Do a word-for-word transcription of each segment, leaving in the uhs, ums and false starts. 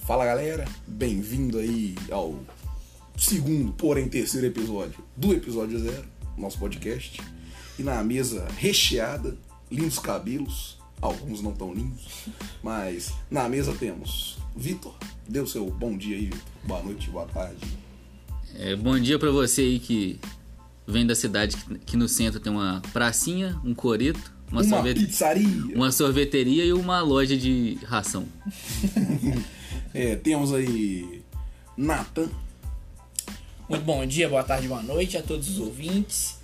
Fala galera, bem-vindo aí ao segundo, porém terceiro episódio do episódio zero, nosso podcast. E na mesa recheada, lindos cabelos, alguns não tão lindos, mas na mesa temos Vitor. Dê o seu bom dia aí, Vitor. Boa noite, boa tarde. É, bom dia pra você aí que vem da cidade, que, que no centro tem uma pracinha, um coreto, uma, uma sorvete... pizzaria, uma sorveteria e uma loja de ração. é, temos aí Nathan. Muito bom dia, boa tarde, boa noite a todos os ouvintes.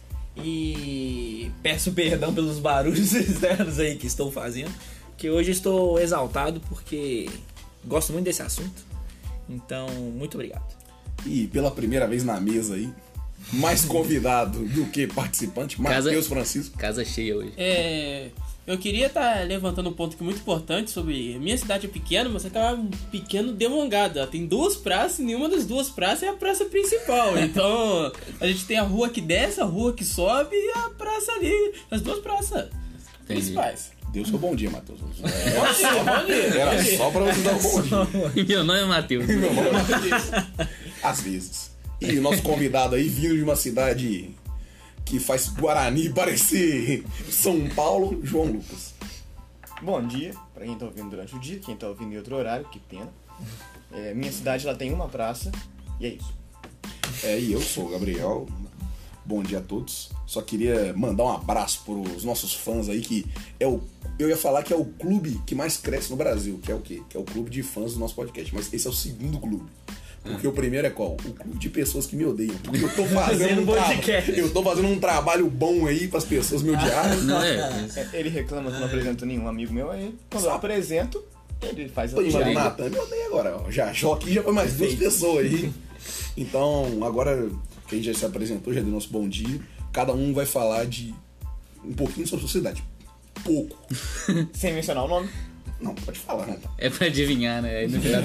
E peço perdão pelos barulhos externos aí que estou fazendo, que hoje estou exaltado porque gosto muito desse assunto. Então, muito obrigado. E pela primeira vez na mesa aí, mais convidado do que participante, Matheus Francisco. Casa cheia hoje. É, eu queria estar levantando um ponto que é muito importante sobre... Minha cidade é pequena, mas é um pequeno delongado. Ela tem duas praças e nenhuma das duas praças é a praça principal. Então, a gente tem a rua que desce, a rua que sobe e a praça ali. As duas praças principais. Deu seu bom dia, Matheus. É, bom dia, bom dia. Era só pra você dar um bom dia. Meu nome é Matheus. Meu nome é Matheus. Às vezes. E o nosso convidado aí, vindo de uma cidade que faz Guarani parecer São Paulo, João Lucas. Bom dia pra quem tá ouvindo durante o dia, quem tá ouvindo em outro horário, que pena. É, minha cidade ela tem uma praça e é isso. É, e eu sou o Gabriel. Bom dia a todos. Só queria mandar um abraço pros nossos fãs aí, que é o... Eu ia falar que é o clube que mais cresce no Brasil, que é o quê? Que é o clube de fãs do nosso podcast, mas esse é o segundo clube. Porque o primeiro é qual? O clube de pessoas que me odeiam. Porque eu tô fazendo um, tra... eu tô fazendo um trabalho bom aí pras pessoas me odiarem. Não é? Ele reclama que não apresenta nenhum amigo meu aí. Quando eu apresento, ele faz a Pô, mas o Nathan me odeia agora. Ó. Já, já aqui já foi mais duas pessoas aí. Então, agora que a gente já se apresentou, já deu nosso bom dia. Cada um vai falar de um pouquinho sobre a sociedade. Pouco. Sem mencionar o nome? Não, pode falar, né? É pra adivinhar, né? Aí no final...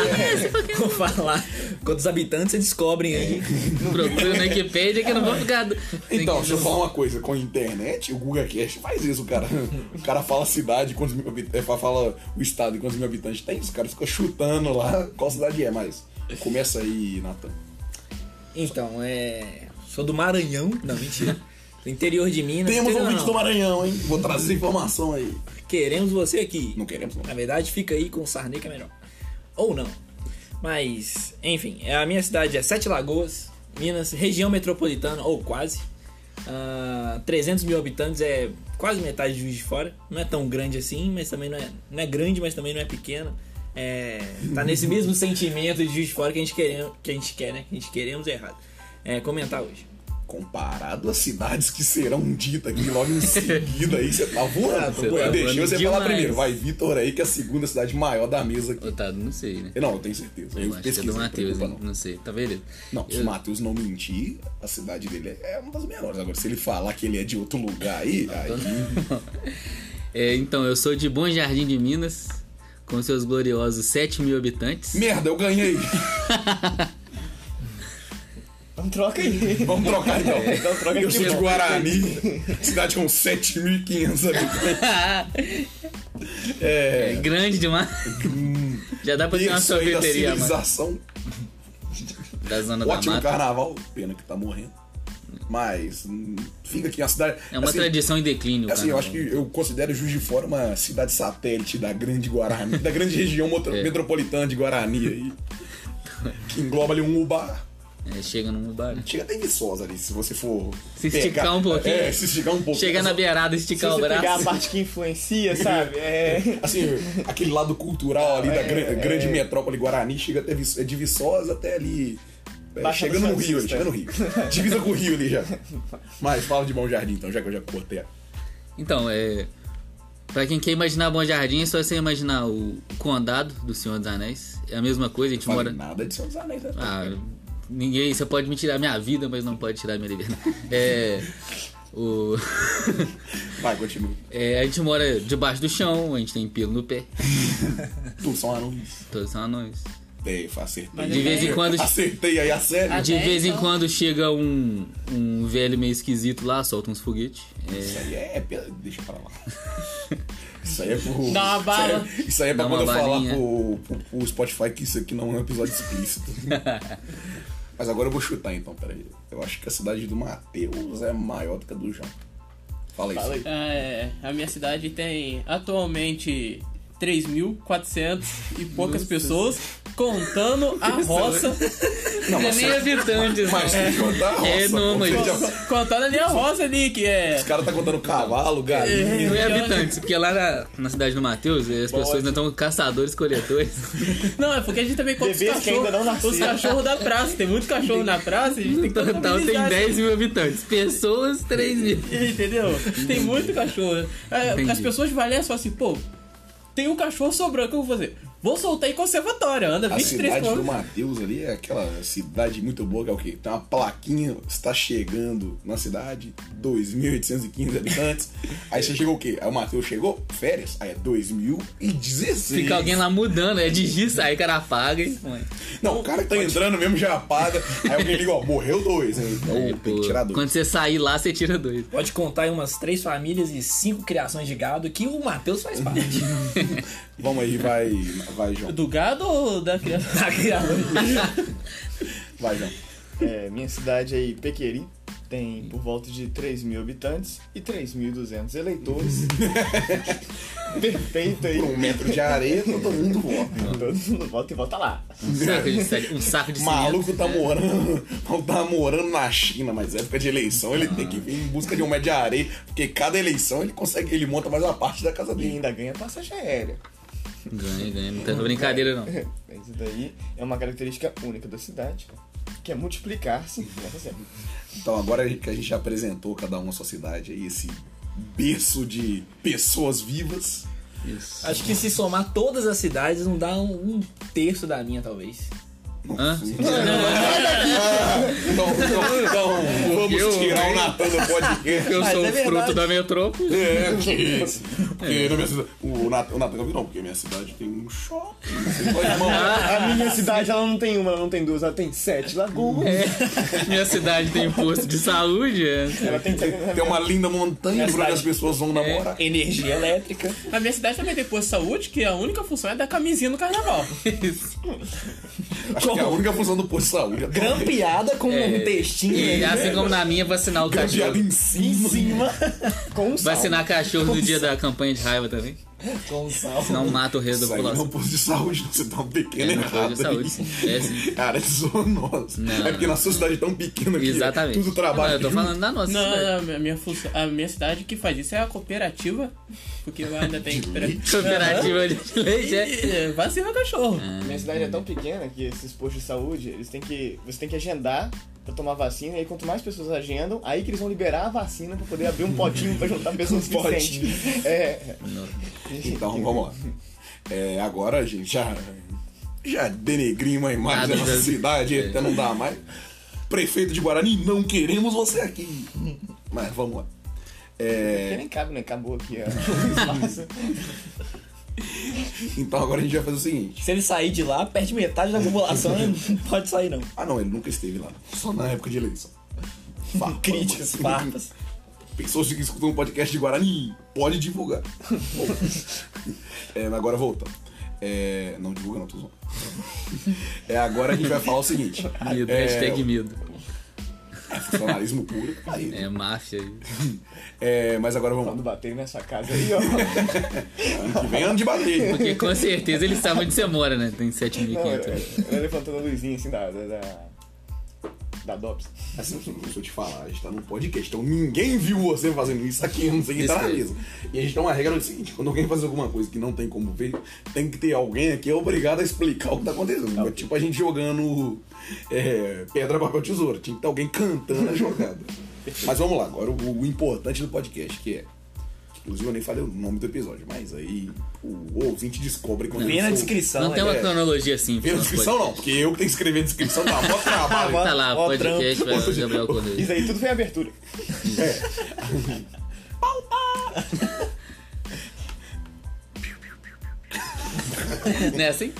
Vou falar quantos habitantes vocês descobrem aí. Procura na Wikipedia que eu não vou ficar... Então, deixa eu falar uma coisa. Com a internet, o GugaCast faz isso. O cara, o cara fala a cidade, quantos mil habitantes, fala o estado e quantos mil habitantes tem. Os caras ficam chutando lá qual cidade é, mas começa aí, Nathan. Então, é... Sou do Maranhão. Não, mentira. Do interior de Minas. Temos um não, vídeo não. do Maranhão, hein? Vou trazer informação aí. Queremos você aqui. Não queremos, não. Na verdade, fica aí com o Sarney que é melhor. Ou não. Mas, enfim, a minha cidade é Sete Lagoas, Minas, região metropolitana, ou quase. Uh, trezentos mil habitantes, é quase metade de Juiz de Fora. Não é tão grande assim, mas também não é, não é grande, mas também não é pequena. É, tá nesse mesmo sentimento de Juiz de Fora que a gente, queremos, que a gente quer, né? Que a gente queremos errado. É, comentar hoje. Comparado às cidades que serão ditas aqui logo em seguida, aí você tá voando. Você Pô, tá eu deixei voando você falar demais. primeiro. Vai, Vitor aí, que é a segunda cidade maior da mesa aqui. Otávio, não sei, né? Não, eu tenho certeza. Eu, Eu acho que é pesquisei, do Matheus, não. não. não sei. Tá vendo? Não, se Eu- o Matheus não mentir, a cidade dele é uma das menores. Agora, se ele falar que ele é de outro lugar aí, aí... É, então, eu sou de Bom Jardim de Minas, com seus gloriosos sete mil habitantes. Merda, eu ganhei. Então troca aí. Vamos trocar então. Então troca Eu aqui, sou de bom. Guarani, cidade com sete mil e quinhentos habitantes. É grande demais. Já dá pra ter uma Isso aí da sorveteria, mano. civilização. Da zona Ótimo da mata. carnaval. Pena que tá morrendo. Mas hum, fica aqui a cidade... É uma assim, tradição em declínio, Assim, eu carnaval. acho que eu considero Juiz de Fora uma cidade satélite da grande Guarani, da grande região motro- É. metropolitana de Guarani aí. Que engloba ali um Ubar. É, chega num bar. Chega até em Viçosa ali, se você for... Se pegar- esticar um pouquinho. É, se esticar um pouco. Chega na beirada, esticar Se o você pegar a braço. parte que influencia, sabe? É... Assim, aquele lado cultural ali da É, gran- é. grande metrópole Guarani, chega até Viço- é de Viçosa até ali... é, Baixada chegando no Rio, ali, Santista. chega no Rio. Divisa com o Rio ali já. Mas fala de Bom Jardim então, já que eu já cortei. Então, é... Pra quem quer imaginar Bom Jardim, é só você imaginar o condado do Senhor dos Anéis. É a mesma coisa, a gente Falei mora... nada de Senhor dos Anéis, né? Ah, ninguém... Você pode me tirar minha vida, mas não pode tirar minha liberdade. É... O... Vai, continua. é, a gente mora debaixo do chão, a gente tem pelo no pé. Tudo são anões. Todos são anões. É, acertei. Mas De vez em quando... Acertei aí a sério. De Até vez em então- quando chega um, um velho meio esquisito lá, solta uns foguetes. Isso É, aí é... pe- Deixa pra lá. Isso Isso aí é pro. Dá uma bala. Isso aí, isso aí é pra Dá quando eu uma falar balinha. pro, pro, pro Spotify que isso aqui não é um episódio explícito. Mas agora eu vou chutar então, peraí. Eu acho que a cidade do Matheus é maior do que a do João. Fala isso. Fala aí. É, a minha cidade tem atualmente três mil e quatrocentos e poucas pessoas, contando a roça. Não, Não é mas nem você- habitantes, Mas né? tem que contar a roça. É nômade. pô. Você já- Contando ali a roça ali, que é. Os caras tá contando cavalo, galinha. Não é habitantes, porque lá na, na cidade do Matheus, as pessoas ainda estão caçadores, coletores. Não, é porque a gente também conta os Bebês que ainda não cachorros. Os nasceram. cachorros da praça. Tem muito cachorro na praça, a gente tem que No total tem contabilizar, dez mil habitantes. Pessoas, três mil. entendeu? Tem muito cachorro. É, Entendi. as pessoas de Valença falam assim, pô, tem um cachorro sobrando, o que eu vou fazer? Vou soltar em conservatório, anda A vinte e três cidade do quilômetros. Matheus ali é aquela cidade muito boa, que é o quê? Tem uma plaquinha, está chegando na cidade, dois mil oitocentos e quinze habitantes. Aí você chegou o quê? Aí o Matheus chegou, férias, aí é dois mil e dezesseis. Fica alguém lá mudando, é de giz, aí o cara apaga e põe. Não, o cara que tá entrando mesmo já apaga. Aí alguém liga, ó, morreu dois. Aí, então, É, tem pô, que tirar dois. quando você sair lá, você tira dois. Pode contar aí umas três famílias e cinco criações de gado que o Matheus faz parte. Vamos aí, vai, vai, João. Do gado ou da criança? Da criação. Vai, João. É, minha cidade aí, Pequeri, tem por volta de três mil habitantes e três mil e duzentos eleitores. Perfeito aí. Por um metro de areia, todo mundo vota. Todo mundo volta e volta lá. Um saco de, cimento- um saco de O cimento. maluco tá morando, tá morando na China, mas é época de eleição ele tem que vir em busca de um metro de areia, porque cada eleição ele consegue, ele monta mais uma parte da casa E dele. ainda ganha passagem aérea. Ganha, ganha. Não tem brincadeira, não. Isso daí é uma característica única da cidade, que é multiplicar-se nessa série. Então agora que a gente já apresentou cada uma a sua cidade aí, esse berço de pessoas vivas. Isso. Acho que se somar todas as cidades não dá um, um terço da minha, talvez. Hã? Então, então, então vamos Eu- tirar o Natan do podcast. Eu Mas sou é o fruto verdade. da metrópole. É, que isso. Porque na minha cidade, o Natan, o Natan não, porque minha cidade tem um shopping. Você pode, irmão, A minha cidade, ela não tem uma, ela não tem duas, ela tem sete lagoas. Minha cidade tem posto de saúde. É. Ela tem, tem uma linda montanha por onde as pessoas vão namorar. Energia elétrica. A minha cidade também tem posto de saúde, que a única função é dar camisinha no carnaval. Acho que é a única função do posto de saúde. é Grampeada com um textinho. E aí. assim como na minha, vacinar o Grampeado cachorro. em cima. em cima com um sal. Vacinar cachorro no dia da campanha de raiva também. Com sal. Senão mata o resto Isso da aí não é um população. posto de saúde, não. Você tá um pequeno É, no errado. posto de saúde, aí. sim. É, sim. Cara, é zoonosa. Não. É porque na sua cidade é tão pequena que Exatamente. tudo trabalha. Não, eu tô falando da nossa Não, cidade. não, a minha, função, a minha cidade que faz isso é a cooperativa, porque lá ainda tem cooperativa. Cooperativa de leite, é. E, é, vacina cachorro. Minha cidade é tão pequena que esses postos de saúde, eles têm que, você tem que agendar pra tomar vacina, e aí quanto mais pessoas agendam, aí que eles vão liberar a vacina pra poder abrir um potinho pra juntar pessoas Um potinho. suficientes. É, Então, vamos lá. É, agora a gente já, já denegrimos a imagem Nada, da nossa já- cidade, é. até não dá mais. Prefeito de Guarani, não queremos você aqui. Mas vamos lá. que É, nem cabe, né? Acabou aqui ó, o espaço. então agora a gente vai fazer o seguinte. Se ele sair de lá, perde metade da população e não pode sair, não. Ah não, ele nunca esteve lá. Só na época de eleição. Farpas. Críticas, farpas. Pessoas que escutam um podcast de Guarani, pode divulgar. É, agora voltando. É, não divulga não, tô zoando. É, agora a gente vai falar o seguinte. Medo, É, hashtag medo. É funcionalismo puro. Aí, É máfia. é, mas agora vamos Quando lá. baterem nessa casa aí, ó. Ano que vem é ano de bater. Porque com certeza eles sabem onde você mora, né? Tem sete mil e Não, quinhentos. eu, eu levantando a luzinha assim da. da. da, da Dops. Assim, deixa eu te falar, a gente tá num podcast, então ninguém viu você fazendo isso aqui, eu não sei quem tá na Isso mesa. E a gente tem uma regra do seguinte, quando alguém faz alguma coisa que não tem como ver, tem que ter alguém aqui obrigado a explicar o que tá acontecendo. Tipo a gente jogando é, pedra, papel, tesoura. Tinha que ter alguém cantando a jogada. Mas vamos lá, agora o, o importante do podcast, que é... Inclusive eu nem falei o nome do episódio, mas aí o ouvinte descobre quando Vem eu na sou- descrição. Não tem uma é. cronologia simples. Vem na no descrição não, podcast. porque eu que tenho que escrever a descrição, dá mó trabalho. Tá lá, Ó, podcast, vai o Gabriel Correia. Isso aí tudo foi abertura. Não é assim?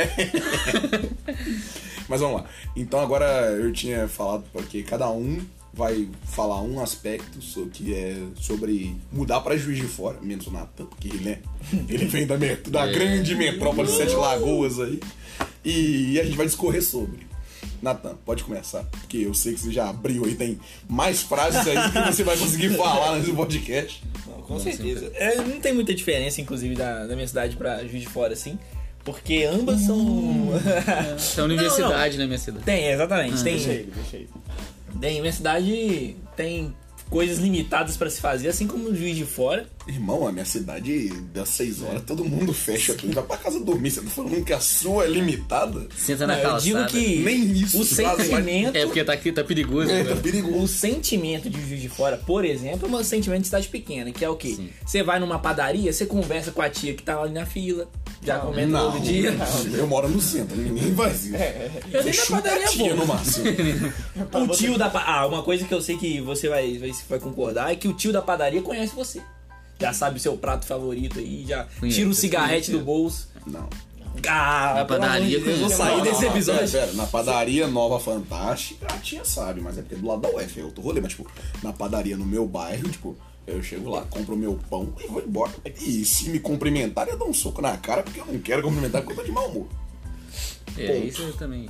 Mas vamos lá. Então agora eu tinha falado porque cada um vai falar um aspecto so- que é sobre mudar pra Juiz de Fora, menos o Natan, porque ele, né, ele vem da, met- da É. grande metrópole de Sete Lagoas aí. E a gente vai discorrer sobre. Natan, pode começar, porque eu sei que você já abriu aí, tem mais frases aí que você vai conseguir falar nesse podcast. Não, com certeza. É, não tem muita diferença, inclusive, da, da minha cidade pra Juiz de Fora, assim. Porque ambas são. Tem universidade na minha cidade. Tem, exatamente. Tem, Deixa ele, deixa ele. tem, minha cidade tem coisas limitadas pra se fazer, assim como o Juiz de Fora. Irmão, a minha cidade, das seis horas, todo mundo fecha aqui, vai pra casa dormir. Você tá falando que a sua é limitada? Senta na Não, eu calçada. digo que Nem isso o fazem mais. sentimento. É porque tá aqui, tá perigoso. É, né? tá perigoso. O sentimento de Juiz de Fora, por exemplo, é um sentimento de cidade pequena, que é o quê? Sim. Você vai numa padaria, você conversa com a tia que tá ali na fila, já comenta Não, todo dia. eu moro no centro, ninguém faz isso. Eu Você nem na chuta padaria a tia vou. no máximo. O tio da pa- Ah, uma coisa que eu sei que você vai, vai, vai concordar é que o tio da padaria conhece você. Já sabe o seu prato favorito aí, já Conheço, tira o cigarrete conheço. do bolso. Não. Ah, Na pelo padaria amor de Deus, eu vou conheço. sair Não, desse não, não, episódio. Pera, pera. Na padaria Nova Fantástica, a tia sabe, mas é porque é do lado da U F, é outro rolê. Mas, tipo, na padaria no meu bairro, tipo, eu chego lá, compro o meu pão e vou embora. E se me cumprimentar, eu dou um soco na cara, porque eu não quero cumprimentar porque eu tô de mau humor. É, isso também.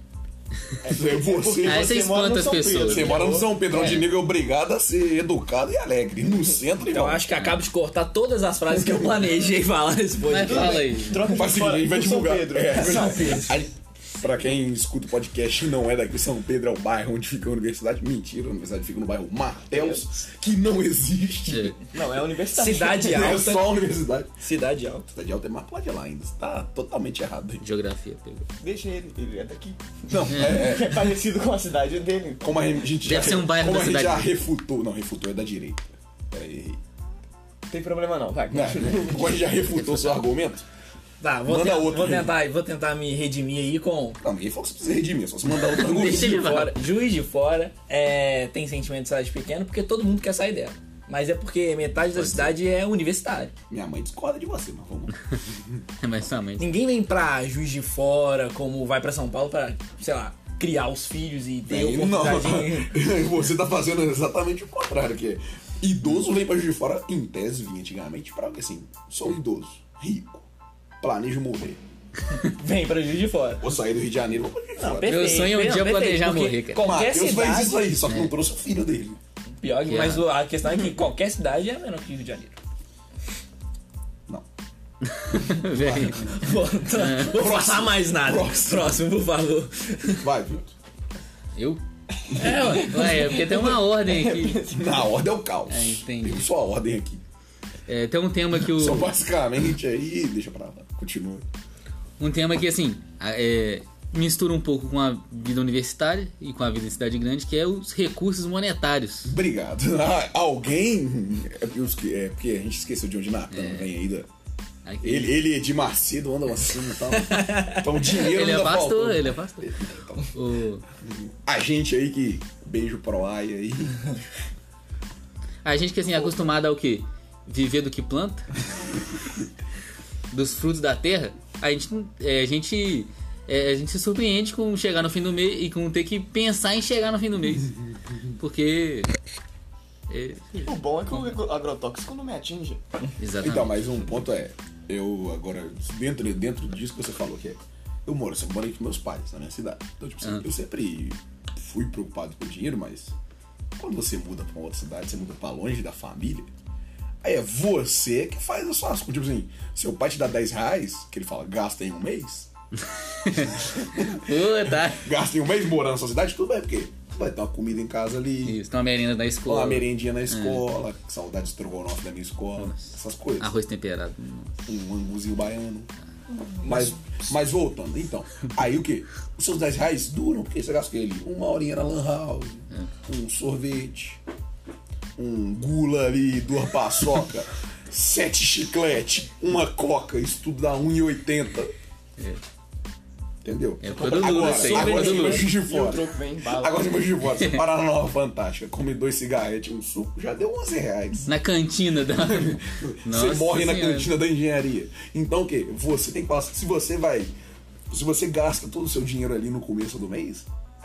Você, Ah, você você mora espanta no as São pessoas. Pedro. você mora no São Pedro, onde nego é obrigado a ser educado e alegre. No centro, Então, irmão. acho que acabo de cortar todas as frases que eu planejei falar nesse Mas podcast. fala aí. Troca Faz o de seguinte, fora a gente vai pro São divulgar. Pedro. É, São Pedro. Aí, pra quem escuta o podcast e não é daqui, São Pedro é o bairro onde fica a universidade. Mentira, a universidade fica no bairro Martelos, que não existe. É. Não, é a universidade. Cidade É alta. só a universidade. Cidade alta. Cidade alta é mais pra de lá ainda. Você tá totalmente errado aí. Geografia pegou. Deixa ele, ele é daqui. Não, é, Que é parecido com a cidade dele. como a gente Deve já, ser um bairro como da a gente cidade já dele. refutou. Não, refutou é da direita. Peraí, errei. Não tem problema não, vai. Não, como a gente já refutou seu argumento. Tá, vou, Manda ten- outro vou aí. tentar, vou tentar me redimir aí com Não, ninguém falou que você precisa redimir, só se mandar outro argumento. Deixa ele de falar. fora. Juiz de Fora é, tem sentimento de cidade pequena porque todo mundo quer sair dela. Mas é porque metade da cidade é universitária. Minha mãe discorda de você, mas vamos. Mas somente. Ninguém vem pra Juiz de Fora como vai pra São Paulo pra, sei lá, criar os filhos e ter Bem, não, oportunidade. você tá fazendo exatamente o contrário, que é idoso vem pra Juiz de Fora, em tese vinha antigamente, pra que assim, sou idoso, rico, planejo morrer. Vem pra Juiz de Fora. Vou sair do Rio de Janeiro, vou pra Juiz de Fora. perfeito, sonho é um dia perfeito, planejar porque morrer, cara. Qualquer Matheus cidade. fez isso aí, só que não trouxe o filho dele. Pior que, Que mas é. o- a questão é que qualquer cidade é menor que Rio de Janeiro. Não. Velho. Vou, vou falar mais nada. Próximo. Próximo, por favor. Vai, Vitor. Eu? É, ué. Ué, é porque tem uma ordem aqui. Na ordem é o caos. É, entendi. Tem só a ordem aqui. É, tem um tema que o. Só basicamente aí, deixa pra lá, continua. Um tema que, assim, a- é, mistura um pouco com a vida universitária e com a vida em cidade grande, que é os recursos monetários. Obrigado. Ah, alguém. É porque, os que- é porque a gente esqueceu de onde Natan vem aí. Da... Aqui. Ele, ele e de Macedo andam assim e tal. Então dinheiro Ele é ainda pastor, faltou. ele é pastor. O- A gente aí que. Beijo pro ai aí. A gente que, assim, é acostumado ao quê? Viver do que planta, dos frutos da terra, a gente, não- é, a gente, é, a gente se surpreende com chegar no fim do mês e com ter que pensar em chegar no fim do mês. Porque... é, O bom é que o agro- agrotóxico não me atinge. exatamente. Então, mas um ponto é. Eu agora, dentro, dentro disso que você falou, que é. Eu moro, eu morei com meus pais na minha cidade. Então, tipo assim, Ah. eu sempre fui preocupado com o dinheiro, mas quando você muda pra uma outra cidade, você muda pra longe da família, aí é você que faz as suas coisas. Tipo assim, seu pai te dá dez reais, que ele fala, gasta em um mês, Puta, gasta em um mês morando na sua cidade, tudo bem, porque vai ter uma comida em casa ali, isso, tem uma merenda da escola. uma merendinha na escola, saudade de estrogonofe da minha escola, essas coisas. Arroz temperado. Um anguzinho baiano. Mas, mas voltando, então. Aí o que? Os seus dez reais duram, porque você gasta o quê ali? Uma horinha na lan house, um sorvete, um gula ali, duas paçoca, sete chiclete, uma coca, isso tudo dá um real e oitenta. É. Entendeu? É produto, agora, isso aí, agora produto. você vai Juiz de E o Fora. troco vem em bala. Agora você vai Juiz de Fora. Você parar na Nova Fantástica, come dois cigarretes e um suco, já deu onze reais. Na cantina da... Você morre na Senhora. cantina da engenharia. Então o quê? Você tem que falar. Se você vai. Se você gasta todo o seu dinheiro ali no começo do mês,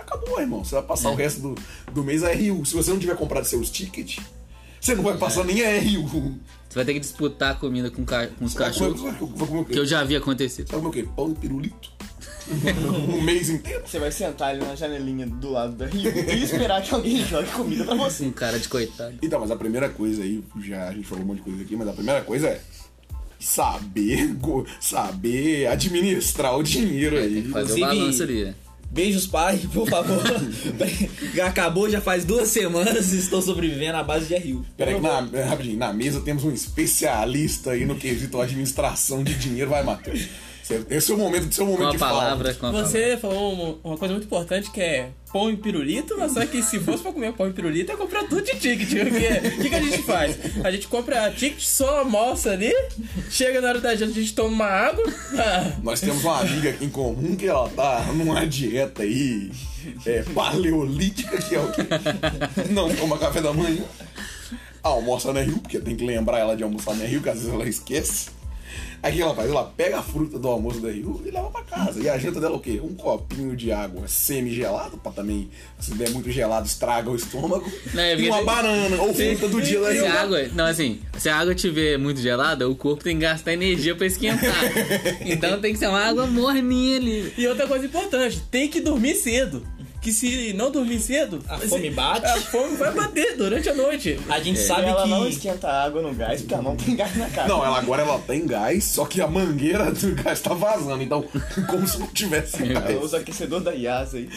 acabou, irmão. Você vai passar é. o resto do, do mês a R U. Se você não tiver comprado seus tickets, você não vai passar é. nem a R U. Você vai ter que disputar a comida com, ca... com os cachorros. Vai comer, vai comer o quê? Que eu já vi acontecer. Você vai comer o quê? Pão e pirulito? Um mês inteiro. Você vai sentar ali na janelinha do lado da Rio e esperar que alguém jogue comida pra você. Um cara de coitado. Então, mas a primeira coisa aí, já a gente falou um monte de coisa aqui, mas a primeira coisa é saber, saber administrar o dinheiro aí. Tem que fazer o balanço ali, né? Beijos, pai, por favor. Acabou, já faz duas semanas e estou sobrevivendo à base de R U. Peraí, na, rapidinho, na mesa temos um especialista aí no quesito administração de dinheiro. Vai, Matheus. Esse é o momento, esse é o momento com a de palavra, falar. Com a Você palavra. falou uma, uma coisa muito importante que é pão e pirulito, mas só que se fosse pra comer pão e pirulito é comprar tudo de ticket. O que, que a gente faz? A gente compra ticket, só almoça ali, chega na hora da janta, a gente toma uma água. Nós temos uma amiga aqui em comum que ela tá numa dieta aí é, paleolítica, que é o que não toma café da manhã. Almoça na Rio, porque tem que lembrar ela de almoçar na Rio, que às vezes ela esquece. Aí o que ela faz? Ela pega a fruta do almoço da Rio e leva pra casa. E a janta dela é o quê? Um copinho de água semi-gelado, pra também, se der muito gelado, estraga o estômago. Não, e uma tem... banana, ou fruta do dia da Rio. Se a água, não, assim, se a água tiver muito gelada, o corpo tem que gastar energia pra esquentar. Então tem que ser uma água morninha ali. E outra coisa importante, tem que dormir cedo. Que se não dormir cedo, a assim, fome bate. A fome vai bater durante a noite. A gente é. sabe ela que ela não esquenta a água no gás, porque ela não tem gás na casa. Não, ela agora ela tem gás, só que a mangueira do gás tá vazando. Então, como se não tivesse gás. Ela usa o aquecedor da I A S aí.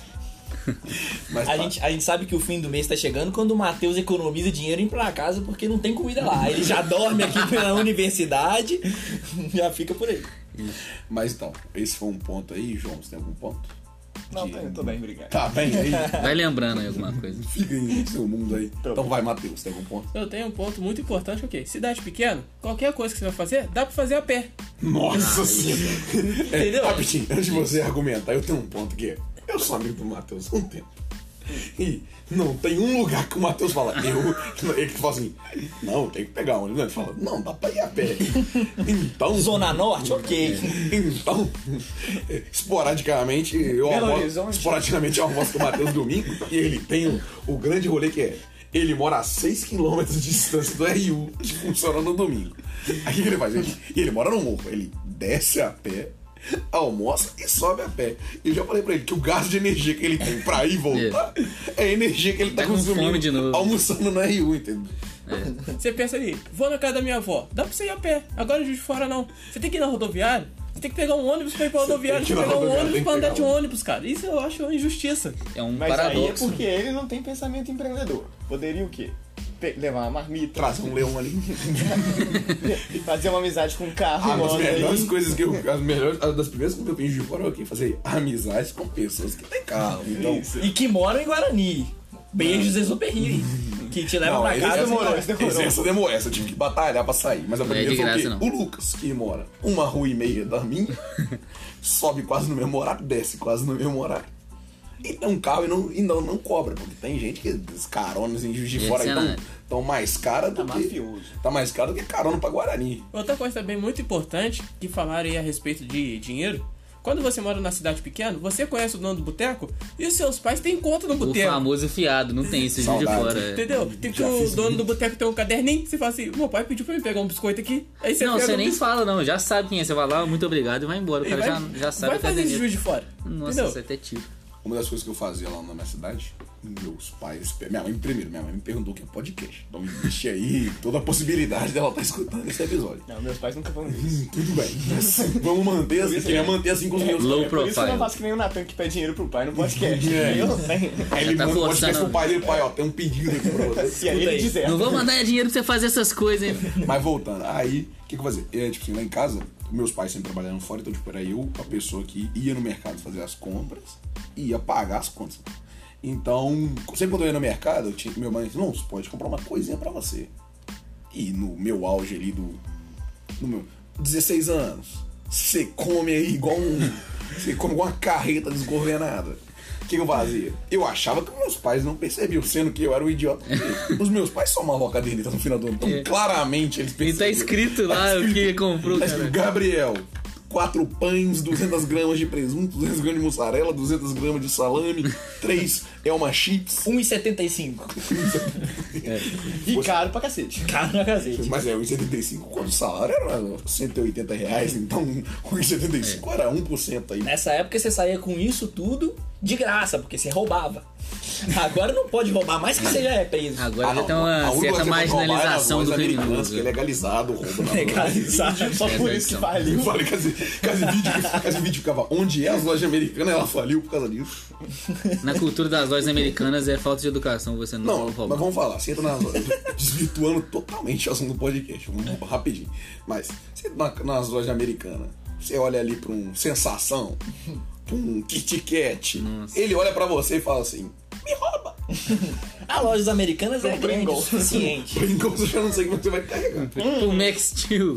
Mas a, tá. gente, a gente sabe que o fim do mês tá chegando quando o Matheus economiza dinheiro em ir pra casa porque não tem comida lá. Ele já dorme aqui pela universidade, já fica por aí. Mas então, esse foi um ponto aí, João. Você tem algum ponto? Não, de... tô bem, obrigado. Tá bem aí. Vai lembrando aí alguma coisa. Fica aí no seu mundo aí. Então vai, Matheus, tem algum ponto? Eu tenho um ponto muito importante, que é o quê? Cidade pequena, qualquer coisa que você vai fazer, dá pra fazer a pé. Nossa senhora. Entendeu? É, rapidinho, antes de você argumentar, eu tenho um ponto que é, eu sou amigo do Matheus há um tempo. E não tem um lugar que o Matheus fala, eu, ele fala assim, não, tem que pegar um. Ele fala, não, dá pra ir a pé. Então. Zona Norte, ok. Então, esporadicamente, eu almoço, esporadicamente eu almoço com o Matheus domingo e ele tem o, o grande rolê que é. Ele mora a seis quilômetros de distância do R U, funcionando no domingo. Aí o que ele faz? Ele, ele mora no morro, ele desce a pé, almoça e sobe a pé. E eu já falei pra ele que o gasto de energia que ele tem pra ir e voltar é a energia que ele tá, tá consumindo de novo. almoçando no R U, entendeu? É. Você pensa ali, vou na casa da minha avó, dá pra você ir a pé, agora em Juiz de Fora não. Você tem que ir na rodoviária, você tem que pegar um ônibus pra ir pra rodoviária, você tem que pegar um ônibus pra andar de um ônibus, cara. Isso eu acho uma injustiça. É um Mas paradoxo. aí é porque ele não tem pensamento empreendedor. Poderia o quê? Pe- levar uma marmita, Trazer um leão ali. fazer uma amizade com um carro. Ah, das melhores aí. coisas que eu. As melhores. As das primeiras coisas que eu fiz de fora aqui, fazer amizades com pessoas que têm carro. Então. Isso. E que moram em Guarani. Beijos Exuperri. Que te levam Não, pra esse casa. demorou, e- esse demorou. Esse, essa demorou, essa eu tive que batalhar pra sair. Mas a Não é primeira de foi o quê? graça, não. O Lucas, que mora uma rua e meia da minha, sobe quase no mesmo horário, desce quase no mesmo horário. E tem um carro e não, e não, não cobra, porque tem gente que as caronas em Juiz de Esse Fora é estão nada. tão mais cara do Tá que. mafioso. Tá mais caro do que carona pra Guarani. Outra coisa também muito importante que falaram aí a respeito de dinheiro. Quando você mora na cidade pequena, você conhece o dono do boteco e os seus pais têm conta no O boteco. famoso fiado, não tem isso de Saudade. fora. é. Entendeu? Tem que Já o fiz dono isso. do boteco tem um caderninho, você fala assim, meu pai pediu pra me pegar um biscoito aqui. Aí você Não, pega você um nem biscoito fala, não. Já sabe quem é. Você vai lá, muito obrigado e vai embora. O e cara vai, já, já sabe vai o fazer esse caderneta. Juiz de Fora. Nossa, Entendeu? isso é até tipo. Uma das coisas que eu fazia lá na minha cidade, meus pais. Minha mãe, primeiro, minha mãe me perguntou o que é podcast. Então existe aí toda a possibilidade dela estar escutando esse episódio. Não, meus pais nunca vão isso. Tudo bem. Mas vamos manter assim, queria manter assim com os meus Low É por isso que eu não profile. faço que nem o Natan que pede dinheiro pro pai no podcast. É. Eu tenho. Aí ele tá manda um podcast forçando. pro pai dele, pai, ó, tem um pedido aqui pra você. E aí ele diz, é. Não vou mandar dinheiro pra você fazer essas coisas, hein? Mas voltando, aí, o que, que eu fazia? É, tipo assim, lá em casa, meus pais sempre trabalhando fora, então, tipo, era eu, a pessoa que ia no mercado fazer as compras e ia pagar as contas. Então, sempre quando eu ia no mercado, eu tinha que meu mãe disse, não, você pode comprar uma coisinha pra você. E no meu auge ali do. No meu. dezesseis anos, você come aí igual um. Você come igual uma carreta desgovernada. O que, que eu fazia? Eu achava que meus pais não percebiam, sendo que eu era o idiota. Os meus pais somavam a caderneta no final do ano, então É. claramente eles E percebiam. tá escrito lá o que comprou, Tá escrito, cara. Gabriel, quatro pães, duzentas gramas de presunto, duzentas gramas de mussarela, duzentas gramas de salame, três Elma Chips. um real e setenta e cinco. É. E caro pra cacete. Caro na cacete. Mas é, um real e setenta e cinco, quando o salário era cento e oitenta reais, então um real e setenta e cinco era um por cento aí. Nessa época você saía com isso tudo de graça, porque você roubava. Agora não pode roubar, mais que você já é preso. Agora Ah, já não, tem a uma única certa coisa que você pode roubar é nas marginalização lojas do americanas, criminoso. que é legalizado o roubo na Legalizado. Só por isso que faliu. Eu falei que esse, que esse vídeo, que esse vídeo ficava onde é as lojas americanas, ela faliu por causa disso. Na cultura das lojas americanas é falta de educação, você não, Não, rouba. mas vamos falar, você entra nas lojas, desvirtuando totalmente o assunto do podcast, vamos rapidinho. Mas, você entra na- nas lojas americanas, você olha ali pra um Sensação, pra um Kit Kat, Nossa. ele olha pra você e fala assim, me rouba. As lojas americanas é grande o Pringles. suficiente. Pringles eu já não sei como você vai carregar. O Max Steel.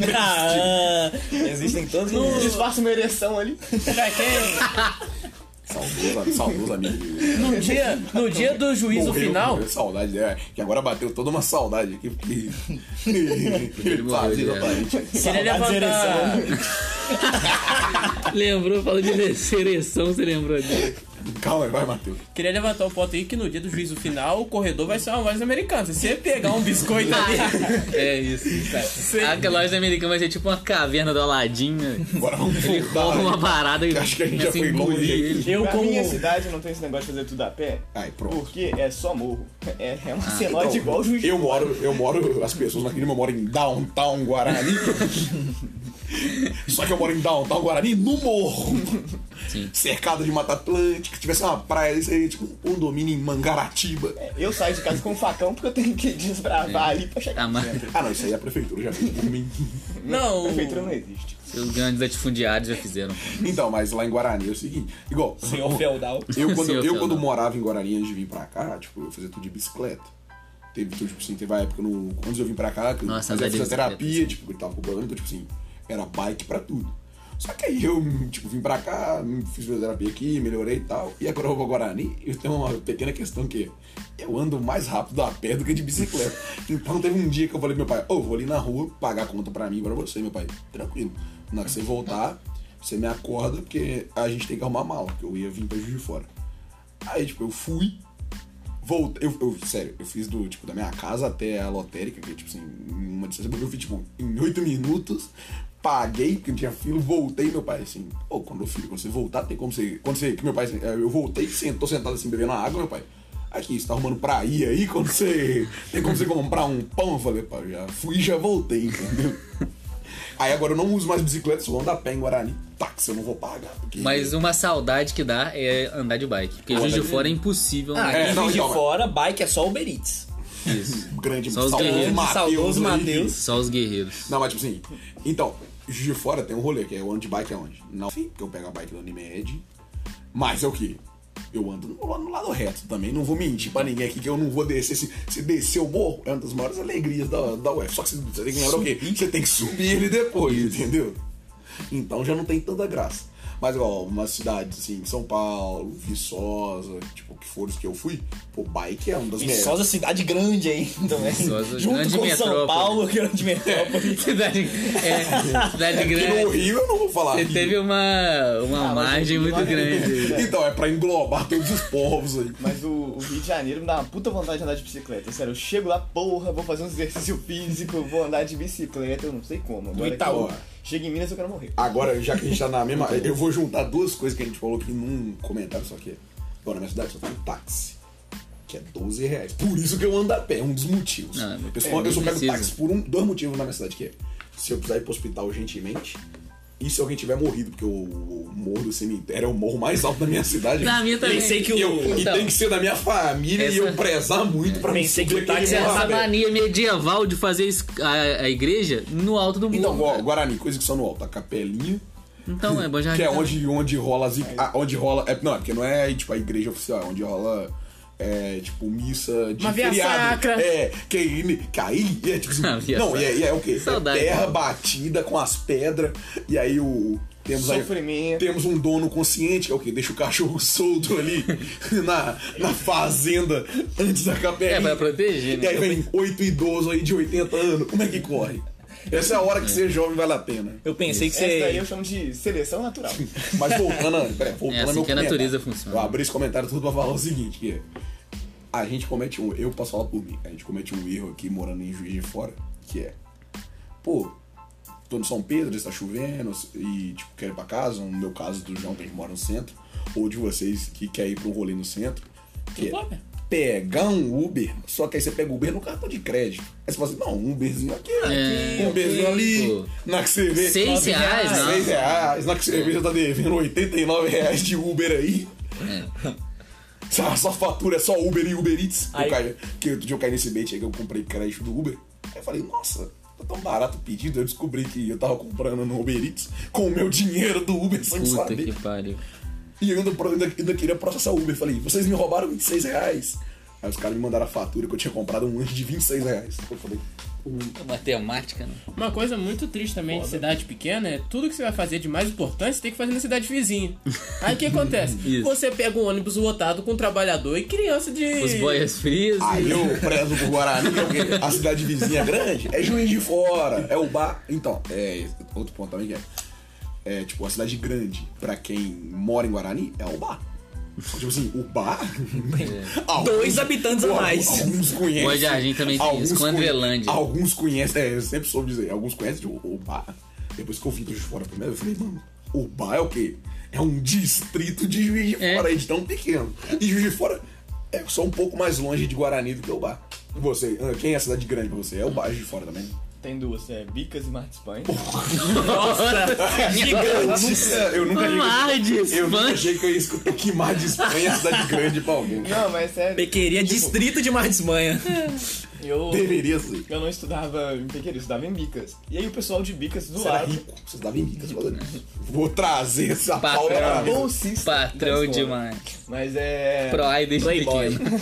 Ah, existem todos os... Disfarça uma ereção ali. Pra quem? Saudoso, saudoso amigo. No dia, no dia do juízo Morreu, final, morreu, saudade, é, que agora bateu toda uma saudade aqui, porque ele morreu fazia já. exatamente. queria Saudades levantar. Lembrou, falou de ereção, você lembrou dele. Calma aí, vai, Matheus. Queria levantar um ponto aí que no dia do juízo final o corredor vai ser uma loja americana. Se você pegar um biscoito ali, É isso, cara. Aquela loja americana vai ser tipo uma caverna do Aladdin, né? Agora vamos Ele voltar. rouba uma parada e Que acho que a gente começa já foi engolir longe ele. aqui. Eu Na como... minha cidade não tem esse negócio de fazer tudo a pé. Ai, pronto. Porque é só morro. É, é uma cenote Então, igual o juiz. eu moro, eu moro, as pessoas naquele eu moro em Downtown Guarani. Só que eu moro em Downtown Guarani no morro. Sim. Cercado de Mata Atlântica. Se tivesse uma praia, isso aí, tipo um condomínio em Mangaratiba. Eu saio de casa com um facão porque eu tenho que desbravar ali pra chegar Tá, no mas centro. Ah, não, isso aí a prefeitura já fez por mim. não. A prefeitura não existe. os grandes latifundiários já fizeram. Então, mas lá em Guarani é o seguinte, igual. Senhor feudal. Eu, quando, Senhor eu feudal. quando morava em Guarani antes de vir pra cá, tipo, eu fazia tudo de bicicleta. Teve, tipo assim, teve uma época no, antes de eu vir pra cá, que eu Nossa, fazia andar de fisioterapia, bicicleta, tipo, eu tava com problema, então, tipo assim, era bike pra tudo. Só que aí eu, tipo, vim pra cá, fiz fisioterapia aqui, melhorei e tal, e agora eu vou pra Guarani, e eu tenho uma pequena questão que eu ando mais rápido a pé do que de bicicleta. Então teve um dia que eu falei pro meu pai, ô, vou ali na rua pagar a conta pra mim, pra você, meu pai, tranquilo. Na hora que você voltar, você me acorda, porque a gente tem que arrumar mala, porque eu ia vir pra Juiz de Fora. Aí, tipo, eu fui, voltei, eu, eu, sério, eu fiz do, tipo, da minha casa até a lotérica, que é, tipo assim, uma distância, eu fiz, tipo, em oito minutos, paguei, porque não tinha fila, voltei, meu pai, assim, ô, quando eu filho, quando você voltar, tem como você, quando você, que meu pai, assim, eu voltei, sento, tô sentado assim, bebendo água, meu pai, aqui, você tá arrumando pra ir aí, quando você, tem como você comprar um pão? Eu falei, pai, já fui e já voltei, entendeu? Aí agora eu não uso mais bicicleta, só vou andar a pé em Guarani. Táxi eu não vou pagar. Porque... Mas uma saudade que dá é andar de bike. Porque Juiz de Fora é impossível Ah, andar. É, aqui em não, Juiz de então, Fora, bike é só Uber Eats. Isso. grande Só os saudoso guerreiros, Mateus saudoso aí. Mateus. Só os guerreiros. Não, mas tipo assim, então, Juiz de Fora tem um rolê, que é o ando de bike aonde? Não, sim, que eu pego a bike da Unimed, mas é o quê? Eu ando no, no lado reto também, não vou mentir pra ninguém aqui que eu não vou descer. Se, se descer o morro, é uma das maiores alegrias da, da U F. Só que você, você tem que lembrar o quê? Você tem que subir ele depois, entendeu? Então já não tem tanta graça. Mas, igual, umas cidades assim, São Paulo, Viçosa, tipo, que foram os que eu fui, pô, bike é uma das melhores. Viçosa, cidade grande aí também. Viçosa, Junto grande com São metrópole. Paulo, grande metrópole. Cidade, é, cidade Porque no grande. Rio eu não vou falar Você Rio. teve uma, uma Ah, mas margem eu- muito grande. Então, é pra englobar todos os povos aí. Mas o, o Rio de Janeiro me dá uma puta vontade de andar de bicicleta. Sério, eu chego lá, porra, vou fazer um exercício físico, vou andar de bicicleta, eu não sei como. Agora Itaú. que eu chego em Minas eu quero morrer. Agora, já que a gente tá na mesma. Eu vou juntar duas coisas que a gente falou aqui num comentário, só que. Bom, na minha cidade só tem um táxi. Que é doze reais. Por isso que eu ando a pé, é um dos motivos. Ah, eu só, é, eu só pego precisa. táxi por um, dois motivos na minha cidade, que é se eu precisar ir pro hospital urgentemente. E se alguém tiver morrido, porque o, o morro do cemitério é o morro mais alto da minha cidade. Na minha também. Pensei que E, eu- o... e Então, tem que ser da minha família e essa- eu prezar muito pra Pensei me que o subir aquele táxi era morro a Essa pé. mania medieval de fazer es- a, a igreja no alto do Então, morro. Gua- Guarani, coisa que são no alto, a capelinha. Então, é bom já. Que é onde, onde rola as. ah, Onde rola. É, não, é porque não é tipo a igreja oficial, é onde rola. É, tipo, missa de Uma via feriado. sacra. É, que aí, que aí é tipo assim. Uma via não, e é, e é o quê? Saudade. É terra batida com as pedras. E aí o. Temos aí. Sofrimento. Temos um dono consciente, que é o quê? Deixa o cachorro solto ali na, na fazenda antes da capelinha. É, pra proteger, né? E aí vem oito idosos aí de oitenta anos. Como é que corre? Essa é a hora que ser jovem vale a pena. Eu pensei que Essa daí você. eu chamo de seleção natural. Mas voltando, peraí, voltando É ao assim meu que a comentário. natureza funciona. Eu abri esse comentário tudo pra falar o seguinte, que é, a gente comete um... Eu posso falar por mim. A gente comete um erro aqui morando em Juiz de Fora, que é... Pô, tô no São Pedro, está chovendo e, tipo, quero ir pra casa. No meu caso, do João, que a gente mora no centro. Ou de vocês que quer ir pra um rolê no centro. Que é pegar um Uber, só que aí você pega o Uber no cartão de crédito. Aí você fala assim, não, um Uberzinho aqui, É, um Uberzinho ali, pô. na que você vê... Seis reais, não. Seis reais, na que você vê, já tá devendo oitenta e nove reais de Uber aí. Só, só fatura é só Uber e Uber Eats. Aí- Eu caí, que outro dia eu caí nesse bait aí que eu comprei crédito do Uber. Aí eu falei, nossa, tá tão barato o pedido. Eu descobri que eu tava comprando no Uber Eats com o meu dinheiro do Uber sem Puta saber. que pariu. E eu ainda, ainda, ainda queria processar o Uber. Falei, vocês me roubaram vinte e seis reais. Aí os caras me mandaram a fatura que eu tinha comprado um lanche de vinte e seis reais. Eu falei, Matemática, né? Uma coisa muito triste também de cidade pequena é tudo que você vai fazer de mais importante você tem que fazer na cidade vizinha. Aí o que acontece? Isso. Você pega um ônibus lotado com trabalhador e criança de. Os boias frios. aí eu prezo por Guarani, porque a cidade vizinha grande é Juiz de Fora, é o bar. Então, é outro ponto também que é. É tipo, a cidade grande, pra quem mora em Guarani, é o bar. Tipo assim, o bar. Alguns- Dois habitantes a mais. Alguns conhecem. Boa Jardim também tem alguns isso, com conhe- Andrelândia. Alguns conhecem, é, eu sempre soube dizer, alguns conhecem tipo, o bar. Depois que eu vim do Juiz de Fora primeiro, eu falei, mano, o bar é o quê? É um distrito de Juiz de É. Fora, aí de tão pequeno. E Juiz de Fora é só um pouco mais longe de Guarani do que o bar. Você, ah, quem é a cidade grande pra você? É o bar Juiz de Fora também. Tem duas, é Bicas e Mar de Espanha. Nossa, gigante. Eu nunca Mar de eu nunca Espanha. achei que eu ia escutar que Mar de Espanha é cidade grande pra alguém. Não, mas sério. Pequeria distrito de Mar de Espanha. Eu, Deveria ser. eu não estudava em Pequeria, eu estudava em Bicas. E aí o pessoal de Bicas do Você era lado. rico, você dava em bicas. falando isso. Vou trazer essa Patrão. pauta Era pra mim. bolsista. da Patrão escola. demais. Mas é. Pro desde Playboy. pequeno.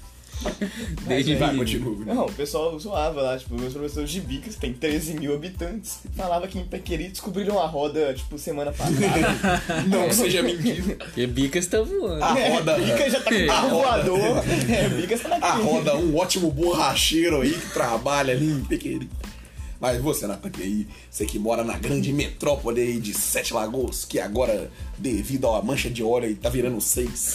Desde Vai, pequeno. continua. Não, o pessoal zoava lá, tipo, meus professores de Bicas, tem treze mil habitantes, falava que em Pequeri descobriram a roda, tipo, semana passada. Não seja mentira. Porque Bicas tá voando. A roda. Bicas já tá com carro voador. É, Bicas tá A aqui. roda, um ótimo borracheiro aí que trabalha ali em Pequeri. Mas você, Natan, que aí, você que mora na grande metrópole aí de Sete Lagoas, que agora, devido à mancha de óleo aí, tá virando seis.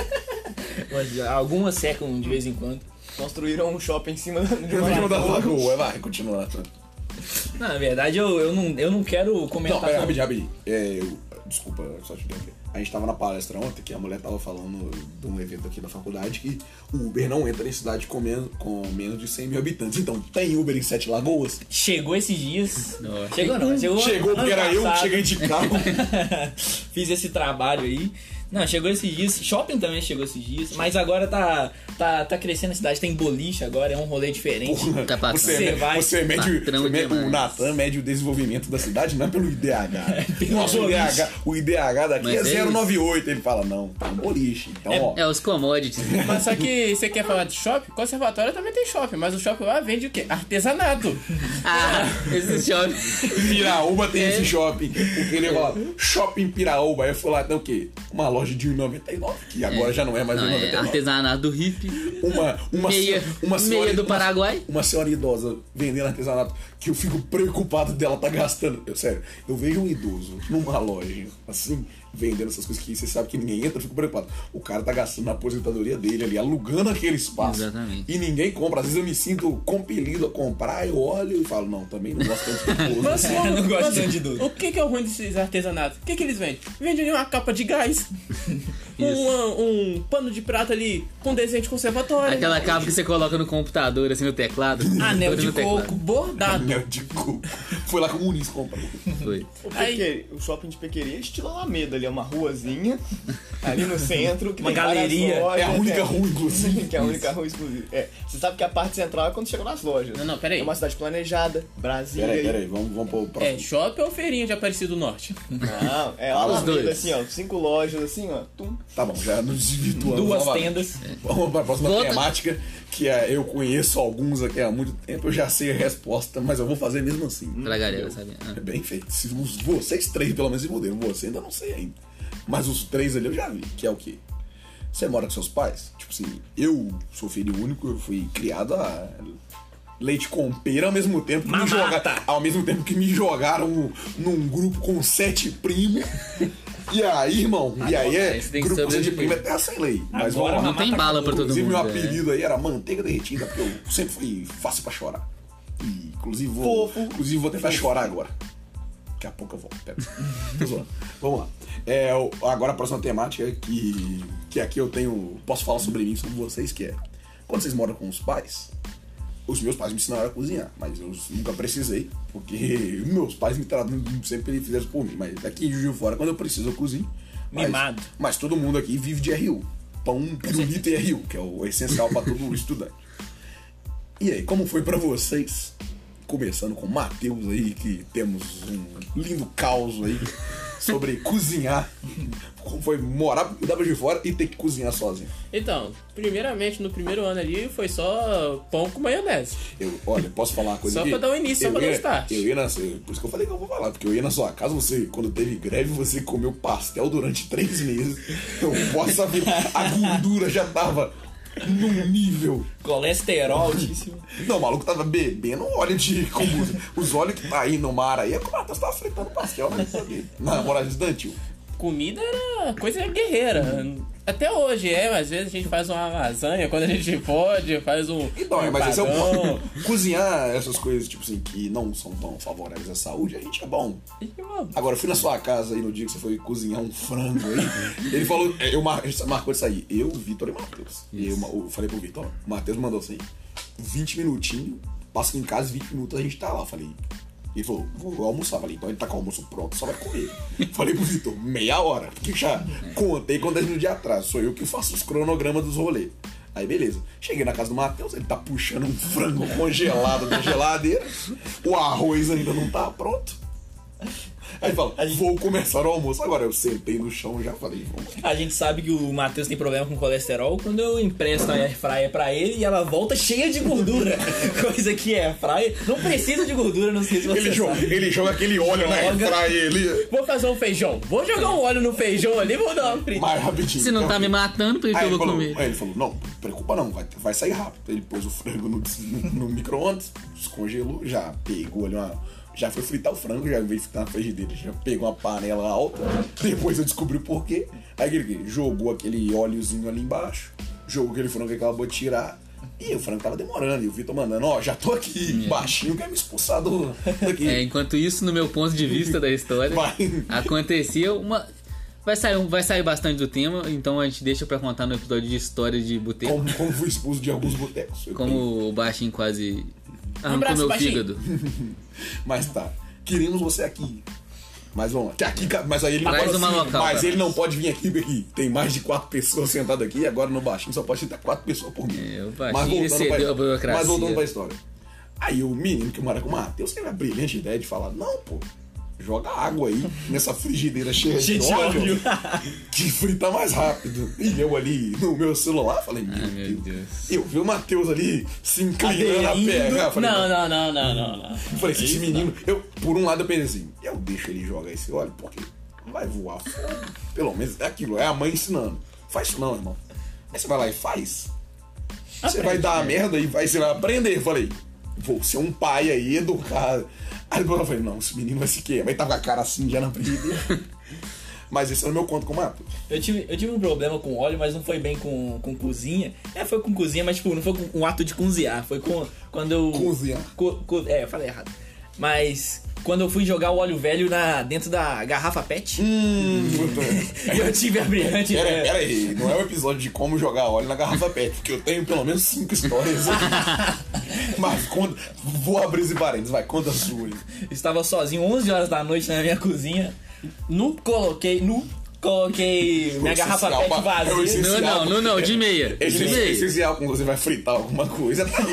Mas algumas secam de vez em quando. Construíram um shopping em cima de Eu uma vou da lagoa. lagoa, vai, continua, Natan. Não, na verdade, eu, eu, não, eu não quero Não, comentar. pera, sobre- rapidinho, rapidinho. É, eu, desculpa, só te interromper. A gente tava na palestra ontem que a mulher tava falando de um evento aqui da faculdade que o Uber não entra em cidade com menos, com menos de cem mil habitantes. Então, tem Uber em Sete Lagoas? Chegou esses dias. Nossa. Chegou não, chegou. Chegou ano porque era eu que passado. cheguei de carro. Fiz esse trabalho aí. Não, chegou esses dias. Shopping também chegou esses dias. Mas agora tá, tá, tá crescendo a cidade. Tem boliche agora, é um rolê diferente. Porra, Tá patrão. você, Você me- vai- você mede, patrão você mede- o demais. Natan mede o desenvolvimento da cidade não é pelo I D H. pelo Nossa, o I D H, boliche. o I D H daqui Mas é é zero vírgula noventa e oito. Ele fala, não, tá um boliche. Então, ó. É os commodities. Mas só que você quer falar de shopping? Conservatório também tem shopping, mas o shopping lá vende o quê? Artesanato. Ah, esse shopping. Piraúba tem É. esse shopping. Porque ele fala, shopping Piraúba. Aí eu fui lá, tem o quê? Uma loja de um real e noventa e nove, que agora já não é mais Não, um real e é noventa e nove. artesanato do hippie. Uma, uma, Meia, se- uma senhora, meia do uma- Paraguai. Uma senhora idosa vendendo artesanato que eu fico preocupado dela tá gastando. Eu, sério, eu vejo um idoso numa loja, assim, vendendo essas coisas que você sabe que ninguém entra, eu fico preocupado. O cara tá gastando na aposentadoria dele ali, alugando aquele espaço. Exatamente. E ninguém compra. Às vezes eu me sinto compelido a comprar, eu olho e falo, não, também não gosto tanto de idoso. Mas, Eu não gosto mas tanto de tudo. O que, que é o ruim desses artesanatos? O que, que eles vendem? Vendem ali uma capa de gás, um, um pano de prata ali com desenho de conservatório, Aquela capa que você coloca no computador, assim, no teclado. Anel Todo de no teclado. coco bordado. Anel de coco. Foi lá que o Muniz comprou. Foi. O, Aí- Pequeri- o shopping de Pequeri é estilo Alameda ali, é uma ruazinha ali no centro. Que Uma tem várias galeria. lojas, É a única é. rua, inclusive. Que é a única rua exclusiva. É, você sabe que a parte central é quando chega nas lojas. Não, não, peraí. É uma cidade planejada, Brasília. Peraí, aí. peraí, vamos, vamos pro É próximo. shopping ou feirinha de Aparecido Norte? Não, é Fala uma os alameda dois. assim, ó, cinco lojas assim, ó. Tum. Tá bom, já nos desvirtuamos. Duas novamente. tendas. Vamos para a próxima Volta. temática, que é, eu conheço alguns aqui há muito tempo, eu já sei a resposta, mas eu vou fazer mesmo assim. Pra galera, sabe? Ah. É bem feito. Se os- vocês três, pelo menos, se mudaram. Você ainda não sei ainda. Mas os três ali eu já vi, que é o quê? Você mora com seus pais? Tipo assim, eu sou filho único, eu fui criado a leite com pera ao mesmo tempo que me Mamata. jogaram, ao mesmo tempo que me jogaram num grupo com sete primos. E aí, irmão, e aí é Aí você tem que grupo com sete sobreviver. primos é terra sem lei. Mas Agora, vamos lá. Não tem Mamata bala pra todo Inclusive, mundo. meu é. apelido aí era manteiga derretida, porque eu sempre fui fácil pra chorar. E, inclusive, vou, Fofo. inclusive, vou tentar chorar agora. Daqui a pouco eu volto. Pera. Tô zoando. Vamos lá. É, o- agora a próxima temática é que, que aqui eu tenho. Posso falar sobre mim, sobre vocês, que é. Quando vocês moram com os pais, os meus pais me ensinaram a cozinhar, mas eu nunca precisei, porque meus pais me tratam, sempre fizeram por mim. Mas aqui em Juiz de Fora, quando eu preciso, eu cozinho. Mas, Mimado. mas todo mundo aqui vive de R U. Pão, pirulito e R U, que é o essencial para todo estudante. E aí, como foi pra vocês? Começando com o Matheus aí, que temos um lindo caos aí sobre cozinhar. Como foi morar em Juiz de Fora e ter que cozinhar sozinho. Então, primeiramente, no primeiro ano ali, foi só pão com maionese. Eu, olha, posso falar uma coisa Só aqui? pra dar um início, só Eu pra dar ia- um start. Eu ia na, eu- por isso que eu falei que eu vou falar, porque eu ia na sua casa, você, quando teve greve, você comeu pastel durante três meses. Eu posso saber, a gordura já tava num nível. Colesterol altíssimo. Não, o maluco tava bebendo óleo de combustível. Os óleos que tá aí no mar aí, é que o Matheus tava fritando pastel, mas sabe? Na moral estudantil. Comida era coisa guerreira. Até hoje é, às vezes a gente faz uma lasanha quando a gente pode, faz um. Então, um mas esse é o empadão. ponto. Cozinhar essas coisas, tipo assim, que não são tão favoráveis à saúde, a gente é bom. Agora, eu fui na sua casa aí no dia que você foi cozinhar um frango aí. Ele falou, é, eu mar, marcou isso aí. Eu, Vitor e Matheus. E eu, eu falei pro Vitor, o Matheus mandou assim: vinte minutinhos, passa em casa, vinte minutos a gente tá lá. Eu falei. Ele falou, vou almoçar. Falei, então ele tá com o almoço pronto, só vai comer. Falei pro Vitor, meia hora. Porque já contei com dez minutos de atraso. Sou eu que faço os cronogramas dos rolês. Aí beleza. Cheguei na casa do Matheus, ele tá puxando um frango congelado da geladeira. O arroz ainda não tá pronto. Aí ele fala, vou começar o almoço. Agora eu sentei no chão e já falei, vamos. A gente sabe que o Matheus tem problema com colesterol quando eu empresto a airfryer pra ele e ela volta cheia de gordura. Coisa que é airfryer não precisa de gordura, não sei se você Ele joga, sabe. ele joga aquele óleo na Joga. airfryer ali. Vou fazer um feijão. Vou jogar um óleo no feijão ali, vou dar uma frita. Mais rapidinho. Se não tá me matando, por que, que Aí eu ele, vou falou, comer? aí ele falou, não, não preocupa não, vai, vai sair rápido. Ele pôs o frango no, no, no micro-ondas, descongelou, já pegou ali uma... Já foi fritar o frango, já veio fritar na frigideira, já pegou uma panela alta. Depois eu descobri o porquê. Aí ele jogou aquele óleozinho ali embaixo, jogou aquele frango que acabou de tirar. E o frango tava demorando. E o Vitor mandando, ó, já tô aqui, baixinho, quer me expulsar do, daqui. É, enquanto isso, no meu ponto de vista da história, Vai. acontecia uma. Vai sair, um- vai sair bastante do tema, então a gente deixa pra contar no episódio de história de boteco. Como, como fui expulso de alguns botecos. Eu Como o baixinho quase arrancou abraço, meu baixinho. fígado. Mas tá, queremos você aqui. Mas vamos lá. Que aqui, mas aí ele não Traz pode, uma local, mas cara. ele não pode vir aqui porque tem mais de quatro pessoas sentadas aqui e agora no baixinho só pode ter quatro pessoas por mim. É, o baixinho Mas voltando excedeu pra- a burocracia. Mas voltando pra história. Aí o menino que mora com o Matheus teve a brilhante ideia de falar: não, pô, joga água aí nessa frigideira cheia de Cheio de óleo óleo. que frita mais rápido. E eu ali no meu celular falei: meu, Ai, meu Deus. Deus. Eu vi o Matheus ali se inclinando a Aderindo. pegar. Falei, Não, não, não, não, não, não. eu falei, esse menino, eu, por um lado eu pensei assim, eu deixo ele jogar esse óleo, porque vai voar fogo. Pelo menos é aquilo, é a mãe ensinando. Faz isso não, irmão. Aí você vai lá e faz. Você vai dar a merda e vai, você vai aprender. Eu falei, vou ser um pai aí, educado. Aí depois eu falei, não, esse menino vai se queimar. Vai estar com a cara assim já na frigideira. Mas esse era o meu conto com o Mato. Eu tive, eu tive um problema com óleo, mas não foi bem com, com cozinha. É, foi com cozinha, mas tipo, não foi com um ato de cozinhar. Foi com quando eu... Cozinhar. Co, co- é, eu falei errado. Mas quando eu fui jogar o óleo velho na, dentro da garrafa pet, Hum, e eu tive a brilhante Pera, ideia. pera aí, não é um episódio de como jogar óleo na garrafa pet, porque eu tenho pelo menos cinco histórias. Mas conta, vou abrir esse parênteses, vai, conta a sua aí. Estava sozinho, onze horas da noite na minha cozinha. Nu, coloquei, nu, coloquei minha garrafa essencial, pet pa- é o vazia. essencial. Não, não, não, não, de meia. Esse De é meia. essencial quando você vai fritar alguma coisa, tá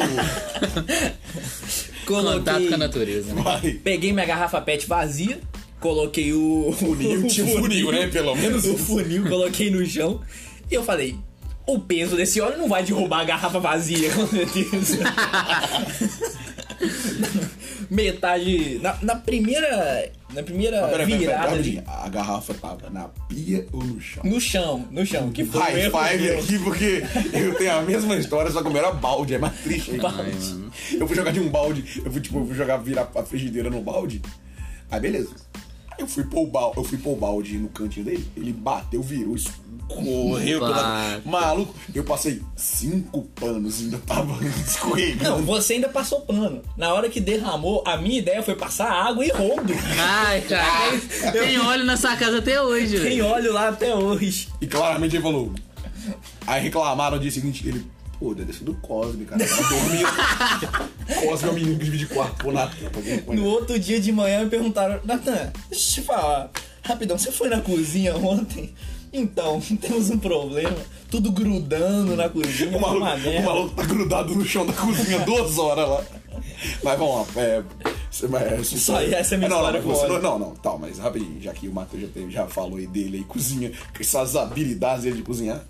Contato Coloquei, com a natureza. Né? vai. peguei minha garrafa pet vazia, coloquei o Funil, tinha um funil, né? Pelo menos o isso. funil, coloquei no chão e eu falei, o peso desse óleo não vai derrubar a garrafa vazia, com certeza. Metade. Na, na primeira. na primeira Mas peraí, peraí, virada peraí, ali. rapidinho. A garrafa tava na pia ou no chão? No chão, no chão. Que foi um High erro five meu. aqui, porque eu tenho a mesma história, só que o meu era balde, é mais triste ainda. Ai, mano. Eu fui jogar de um balde, eu fui, tipo, eu fui jogar, virar a frigideira no balde. Aí beleza. Aí eu fui pôr o balde, eu fui pôr o balde no cantinho dele, ele bateu, virou, isso correu pela... Pá. Maluco, eu passei cinco panos e ainda tava escorregando. Não, você ainda passou pano. Na hora que derramou, a minha ideia foi passar água e rodo. Ai, cara, tem, tem óleo na sua casa até hoje, Tem velho. óleo lá até hoje. E claramente ele falou. Aí reclamaram no dia seguinte, ele, pô, deve ser do Cosme, cara. Tá dormindo. Cosme é o menino que divide quarto por nada. No outro dia de manhã me perguntaram, Natan, deixa eu te falar, rapidão, você foi na cozinha ontem? Então, temos um problema, tudo grudando na cozinha, O uma maluco, o merda. maluco tá grudado no chão da cozinha duas horas lá. Mas vamos lá, é. Você, mas, Isso aí, essa é a minha não, história não, você fora. não, não, não, tá, mas rapidinho, já que o Matheus já, teve- já falou aí dele aí, cozinha, com essas habilidades dele de cozinhar.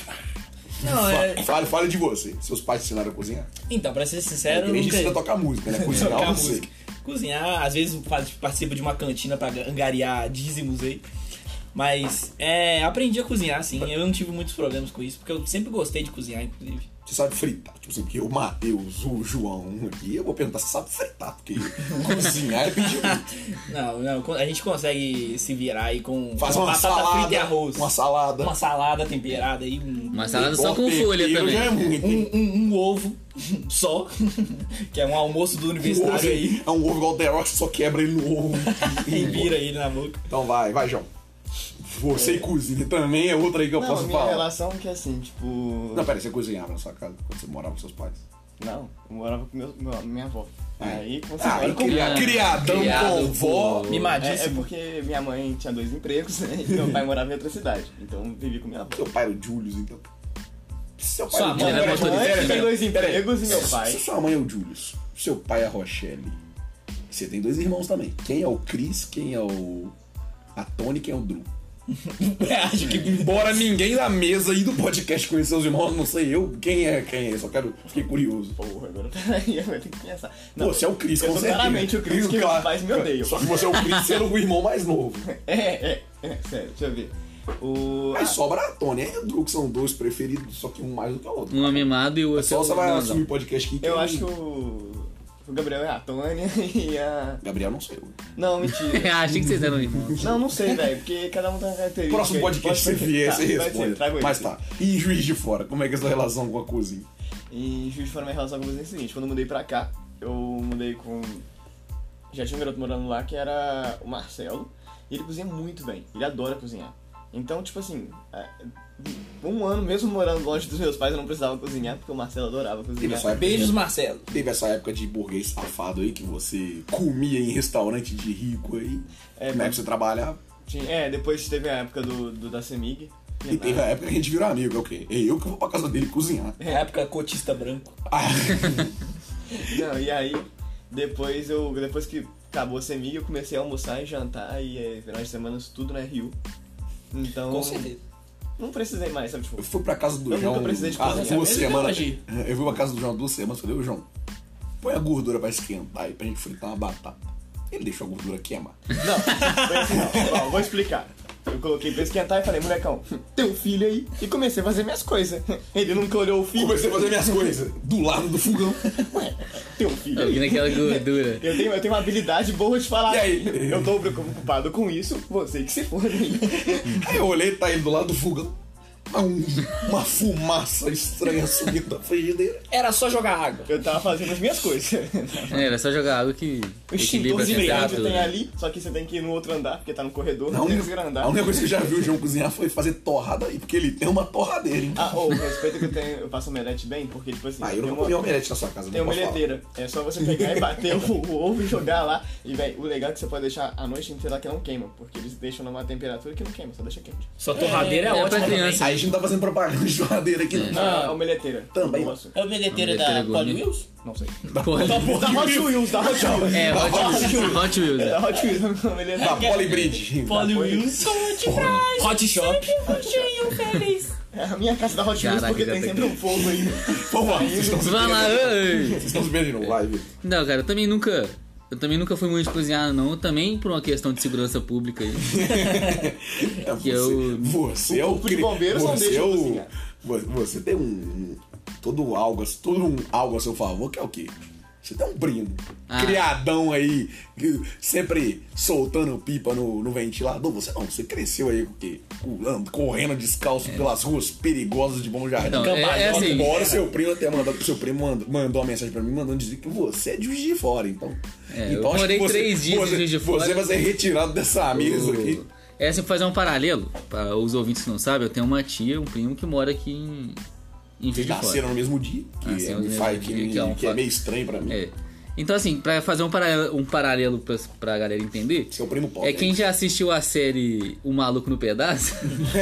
Não, é... Fa- Fale, fale de você. Seus pais te ensinaram a cozinhar? Então, pra ser sincero, É, a gente nunca- ensina a tocar música, né? Cozinhar, Tocar eu não sei. música. Cozinhar, às vezes faz- participa de uma cantina pra angariar dízimos aí. Mas é, aprendi a cozinhar, assim. Eu não tive muitos problemas com isso, porque eu sempre gostei de cozinhar, inclusive. Você sabe fritar, tipo assim, porque o Matheus, o João aqui, eu vou perguntar, você sabe fritar, porque cozinhar é pedir muito. Não, não, a gente consegue se virar aí com, Faz com uma batata salada, frita e arroz. uma salada. Uma salada temperada aí. Um, Uma salada só Igual com folha tempero também. já é muito, hein? um, um, um ovo só, que é um almoço do Um ovo, universitário aí. é um ovo igual o The Rock, só quebra ele no ovo. E vira ele na boca. Então vai, vai, João. Você e cozinha também é outra aí que eu Não, posso minha falar. relação é que assim, tipo... Não, peraí, você cozinhava na sua casa quando você morava com seus pais? Não, eu morava com meu, meu- minha avó. Aí, quando você Ah, mora e com... cria- Ah, criadão criado com vó. por- É, Mimadíssimo. é porque minha mãe tinha dois empregos, né? E meu pai morava em outra cidade. Então eu vivi com minha avó. Seu pai era o Julius, então. Seu pai Sua era o mãe Julius. era Minha mãe motorista, tem né? dois empregos e meu pai. Se sua mãe é o Julius, seu pai é a Rochelle, você tem dois irmãos também. Quem é o Chris, quem é o... a Tony, quem é o Drew. Acho que Embora ninguém da mesa aí do podcast conheça seus irmãos, não sei eu quem é quem é, só quero, fiquei curioso. Porra, agora peraí, eu vou ter que pensar. Pô, você é o Chris, eu com sou certeza. claramente o Chris que Claro. meus pais me odeiam. Só que você é o Chris sendo o irmão mais novo. É, é, é, sério, deixa eu ver. O... Aí sobra a Tony e o Drew, que são dois preferidos, só que um mais do que o outro. Um é mimado e o outro Só é você o vai grandão. assumir o podcast aqui. Eu quem- acho que o... o Gabriel é a Tônia e a... Gabriel não sei. Não, mentira. Achei que vocês eram irmãos. Não, não sei, velho, porque cada um tem uma característica. Próximo podcast que você Pode- vier, tá, você vai responde. ser, trago Mas esse. tá. E em Juiz de Fora, como é que é a sua relação com a cozinha? E Juiz de Fora, minha relação com a cozinha é a seguinte, quando eu mudei pra cá, eu mudei com... Já tinha um garoto morando lá que era o Marcelo, e ele cozinha muito bem, ele adora cozinhar. Então, tipo assim, é, um ano mesmo morando longe dos meus pais, eu não precisava cozinhar, porque o Marcelo adorava Teve cozinhar. essa época, Beijos, Marcelo. teve essa época de burguês safado aí, que você comia em restaurante de rico aí, É, na época que você trabalhava. Tinha- É, depois teve a época do, do da Semig. E teve a época que a gente virou amigo, é o quê? É eu que vou pra casa dele cozinhar. É a época cotista branco. Ah, Não, e aí, depois eu. Depois que acabou a Semig, eu comecei a almoçar e jantar e é, finais de semana tudo na Rio. Então. Com certeza. Não precisei mais, sabe? Tipo, eu fui pra casa do Eu João nunca precisei de há cozinhar, duas mesmo semanas. hoje. Eu fui pra casa do João há duas semanas, falei, ô João, põe a gordura pra esquentar aí pra gente fritar uma batata. Ele deixou a gordura queimar. não, foi assim não. Ó, vou explicar. Eu coloquei pra esquentar e falei, molecão, tem um filho aí. E comecei a fazer minhas coisas. Ele nunca olhou o filho. Comecei a fazer minhas coisas do lado do fogão. Ué, tem um filho Alguém aí. naquela gordura. Eu tenho, eu tenho uma habilidade boa de falar. E aí? Eu tô preocupado com isso, você que se for aí. Aí eu olhei, tá ele do lado do fogão. Um- uma fumaça estranha subindo da frigideira. Era só jogar água. Eu tava fazendo as minhas coisas. É, era só jogar água que O equilibra extintor a de incêndio temperatura. tem ali, só que você tem que ir no outro andar, porque tá no corredor, A no única, terceiro andar. a única coisa que eu já vi o João cozinhar foi fazer torrada aí, porque ele tem uma torradeira, hein? Ah, ô, respeita que eu tenho, eu faço omelete bem, porque tipo assim, Ah, eu tem não uma, comi omelete na sua casa, tem não uma posso falar. milheteira. É só você pegar e bater o, o ovo e jogar lá. E véi, o legal é que você pode deixar a noite inteira que não queima, porque eles deixam numa temperatura que não queima, só deixa quente. Sua torradeira é, é pra ótima também. criança. Aí a gente não tá fazendo propaganda de torradeira aqui, não. Ah, a omelheteira. Também. Nossa. É o bilheteiro Bilheteira da gourmet. Polly Wheels? Não sei. Porra. Da Hot Wheels, da Hot Wheels. É, Hot Wheels. Hot Wheels. É é. da Hot Wheels, a Da omelheteira. Polybridge. Polly Wheels. Hot Shop. É a minha casa da Hot Wheels, Caraca, porque já tem tá sempre um fogo aí. Vamos lá, vocês estão se Vai lá, perdendo. ei. Vocês estão se perdendo no live. Não, cara, eu também nunca. Eu também nunca fui muito de cozinhar, não. Também por uma questão de segurança pública aí. É, que você, eu- você é O o corpo de cri- bombeiros não você deixa é eu o cozinhar. vo- Você tem um todo algo, todo um algo a seu favor, que é o quê? Você tem um primo, Ah. criadão aí, que sempre soltando pipa no, no ventilador. Você não, você cresceu aí com o quê? Pulando, correndo descalço pelas ruas perigosas de Bom Jardim. Não, é- é assim- Embora seu primo tenha mandado, seu primo mandou, mandou uma mensagem pra mim, mandando dizer que você é de Juiz de Fora, então. É, eu então acho morei que você, três dias em você, Juiz de Fora. Você vai ser retirado dessa mesa aqui. É assim, fazer um paralelo, para os ouvintes que não sabem, eu tenho uma tia, um primo que mora aqui em, em Juiz Eles de Fora. nasceram no mesmo dia, que, Nasceram é, no um mesmo faz- dia, que, que é um que é fa- meio estranho pra mim. É. Então, assim, pra fazer um paralelo, um paralelo pra, pra galera entender, Seu primo pobre. é quem já assistiu a série O Maluco no Pedaço.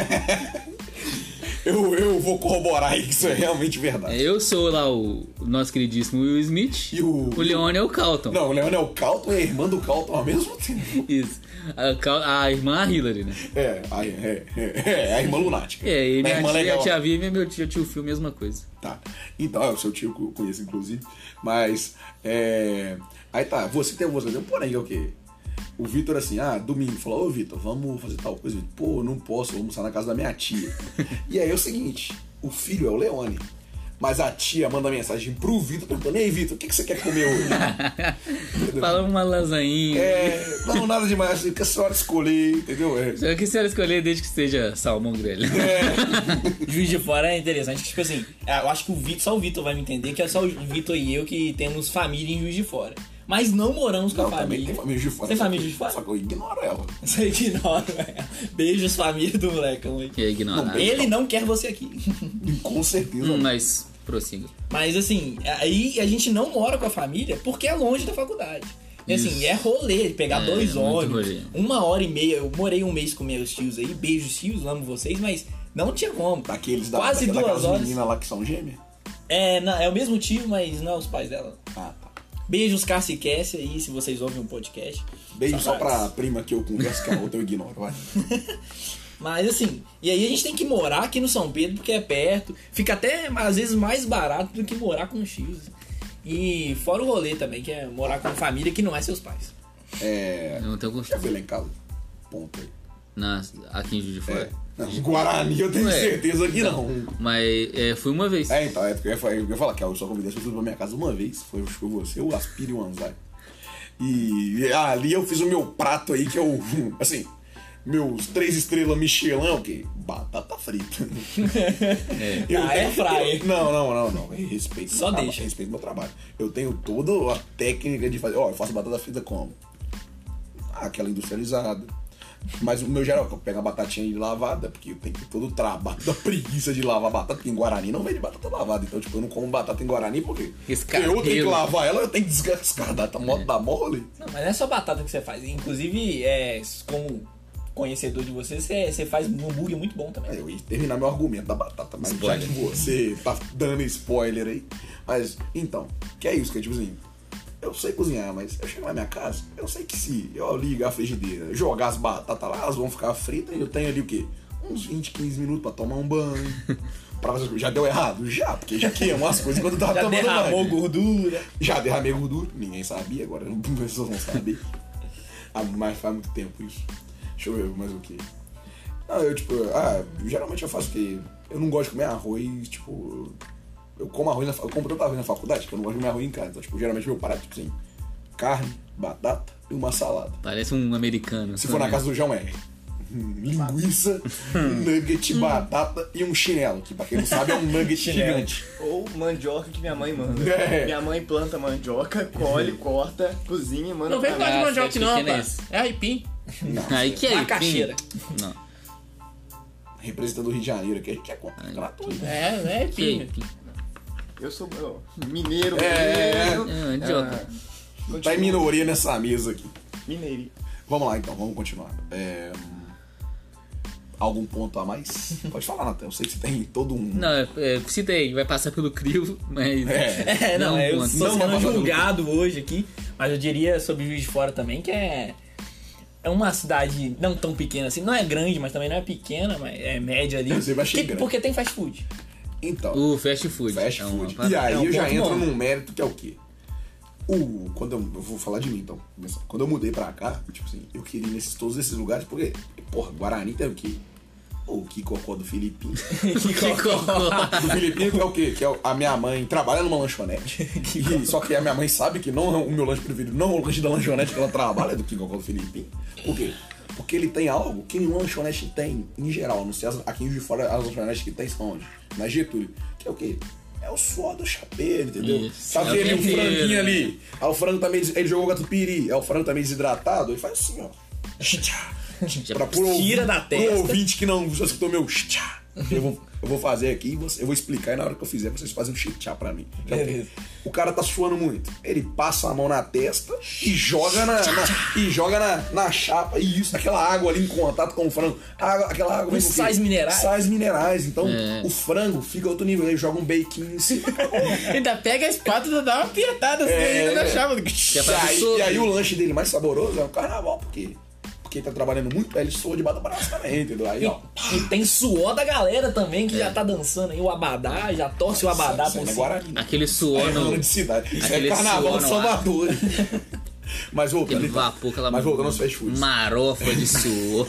Eu, eu vou corroborar aí que isso é realmente verdade. Eu sou lá o, o nosso queridíssimo Will Smith. E o- o Leone é o Calton. Não, o Leon é o Calton e a irmã do Calton ao mesmo tempo. Isso. A, Cal- a irmã a Hillary, né? É, a, é, é, é, a irmã lunática. É, e a minha irmã tia, legal. a tia Vivi e meu tio, tio Phil, mesma coisa. Tá. Então, é o seu tio que eu conheço, inclusive. Mas, é... Aí tá, você tem, você tem um porém, que é o quê? O Vitor, assim, ah, domingo, falou, ô Vitor, vamos fazer tal coisa. Vitor, pô, não posso, vou almoçar na casa da minha tia. E aí é o seguinte, o filho é o Leone. Mas a tia manda mensagem pro Vitor perguntando, e aí, Vitor, o que, que você quer comer hoje? Fala uma lasanhinha. É, não, nada demais, assim, que a senhora escolher, entendeu? É. Só que se ela escolher, desde que seja salmão grelha. Juiz de Fora é interessante. Tipo assim, eu acho que o Vitor, só o Vitor vai me entender, que é só o Vitor e eu que temos família em Juiz de Fora. Mas não moramos com Não, a também família. tem família de fora. Tem só família que- de fora? Só que eu ignoro ela. Você ignora, velho. Beijos, família do molecão aí. Que é ignorado. Ele não quer você aqui. Com certeza. Hum, mas prossiga. Mas assim, aí a gente não mora com a família porque é longe da faculdade. E assim, Isso. é rolê, pegar É, dois muito ônibus, rolê. uma hora e meia. Eu morei um mês com meus tios aí, beijos tios, amo vocês, mas não tinha como. Daqueles da, Quase daquelas duas horas. meninas lá que são gêmeas. É, não, é o mesmo tio, mas não é os pais dela. Ah, tá. Beijos, Cássia e Cassia aí, se vocês ouvem um podcast. Beijo só pra Saudades. prima que eu converso, que a outra eu ignoro, vai. Mas assim, e aí a gente tem que morar aqui no São Pedro porque é perto. Fica até às vezes mais barato do que morar com X. E fora o rolê também, que é morar com família que não é seus pais. É. Eu não tenho Já costume. foi lá em casa? Ponto aí. Na, aqui em Juiz de Fora. É. Não, Guarani eu tenho Ué, certeza que não. Mas é, fui uma vez. É, então, é porque eu ia falar- eu ia falar que eu só convidei as pessoas pra minha casa uma vez. Foi, foi você, o Aspire e o Anzai. E ali eu fiz o meu prato aí, que é o. Assim, meus três estrelas Michelin, o quê? Batata frita. É. Eu Ah, tenho- é fryer. eu- Não, não, não, não. Respeito. Só meu trabalho, deixa. Respeito meu trabalho. Eu tenho toda a técnica de fazer. Ó, eu faço batata frita como? Ah, aquela industrializada. Mas o meu geral, eu pego a batatinha de lavada, porque eu tenho todo o trabalho da preguiça de lavar batata, porque em Guarani não vende batata lavada. Então, tipo, eu não como batata em Guarani porque Escarrelo. eu tenho que lavar ela, eu tenho que descascar, tá modo da mole. Não, mas não é só batata que você faz. Inclusive, é, como conhecedor de você, você, você faz um hambúrguer muito bom também. É, eu ia terminar meu argumento da batata, mas Spoiler. já que você tá dando spoiler aí. Mas, então, que é isso, que é tipo assim, eu sei cozinhar, mas eu chego na minha casa, eu sei que se eu ligar a frigideira, jogar as batatas lá, elas vão ficar fritas e eu tenho ali o quê? Uns vinte, quinze minutos pra tomar um banho. Pra fazer as coisas. Já deu errado? Já, porque já queimou as coisas quando eu tava Já tomando derramou banho. gordura. Já derramei gordura, ninguém sabia, agora as pessoas vão saber. Ah, mas faz muito tempo isso. Deixa eu ver mais o que. Ah, eu tipo, ah, geralmente eu faço o quê? Eu não gosto de comer arroz, tipo. Eu como arroz na fa- eu como tanto arroz na faculdade que eu não gosto de comer arroz em casa. Então, tipo, geralmente meu prato é tipo assim, carne, batata e uma salada. Parece um americano. Se for na casa do João é hum, linguiça, um nugget, batata e um chinelo, que pra quem não sabe é um nugget Chinelo. gigante. Ou mandioca que minha mãe manda. É. Minha mãe planta mandioca, colhe, corta, cozinha e manda Não vem pra com mim. de Ah, mandioca sei não, que que é pá. esse. É aipim. Não, Aí que é Macaxeira. aipim. Não. representando o Rio de Janeiro, que a gente é contra gratuito. É, é Que aipim. aipim. Eu sou eu, mineiro, É, mineiro. é, idiota. Ah, Tá em minoria nessa mesa aqui. Mineirinho. Vamos lá então, vamos continuar. É, Algum ponto a mais? Pode falar, Natan. Eu sei que você tem todo um. Não, é, é, citei, vai passar pelo crivo, mas. É. É, não, Não, eu ponto. estou Não vai sendo passar pelo julgado hoje aqui, mas eu diria sobre Juiz de Fora também que é é uma cidade não tão pequena assim, não é grande, mas também não é pequena, mas é média ali. Você vai achar Que- grande. porque tem fast food. Então, O fast food. fast é uma food. parada. E aí É um eu já ponto entro bom. num mérito que é o quê? O, quando eu, eu vou falar de mim, então. Quando eu mudei pra cá, tipo assim, eu queria ir nesses, todos esses lugares, porque, porra, Guarani tem o quê? O Kikocó do Filipinho. Kikocó. Do Filipinho que é o quê? Que é a minha mãe trabalha numa lanchonete. E, só que a minha mãe sabe que não é o meu lanche preferido, não é o lanche da lanchonete que ela trabalha, é do Kikocó do Filipinho. Por quê? Porque ele tem algo que nenhuma lanchonete tem, em geral. Não sei, aqui em Juiz de Fora, as lanchonetes que tem são onde? Na Getúlio. Que é o quê? É o suor do chapeiro, entendeu? Isso. Tá vendo É o o franguinho ali? Aí o frango também, ele jogou catupiry, aí o frango também desidratado, ele faz assim, ó. Pra pro, Tira da pro testa. ouvinte que não já escutou meu chá. Eu vou, eu vou fazer aqui, eu vou explicar e na hora que eu fizer vocês fazem um chá pra mim. Já tem. O cara tá suando muito. Ele passa a mão na testa e joga na, na e joga na, na chapa. E isso, aquela água ali em contato com o frango. Água, aquela água vem com sais minerais. Sais minerais. Então É. o frango fica outro nível. Ele joga um bacon em cima. Ainda pega a espátula e dá uma apertada assim É. ainda na chave. Que é E pra aí, absorver. e aí o lanche dele mais saboroso é o carnaval, porque porque ele tá trabalhando muito, aí ele soa debaixo do braço também, entendeu? Aí, ó. E, e tem suor da galera também, que já tá dançando aí o abadá, já torce o abadá Isso por aí não é cima. Guarani. Aquele suor É no... ano de cidade. Isso é Aquele carnaval suor de no Salvador. Mas voltando, Aquele então. vapor, aquela Mas voltando aos fast foods. marofa de suor.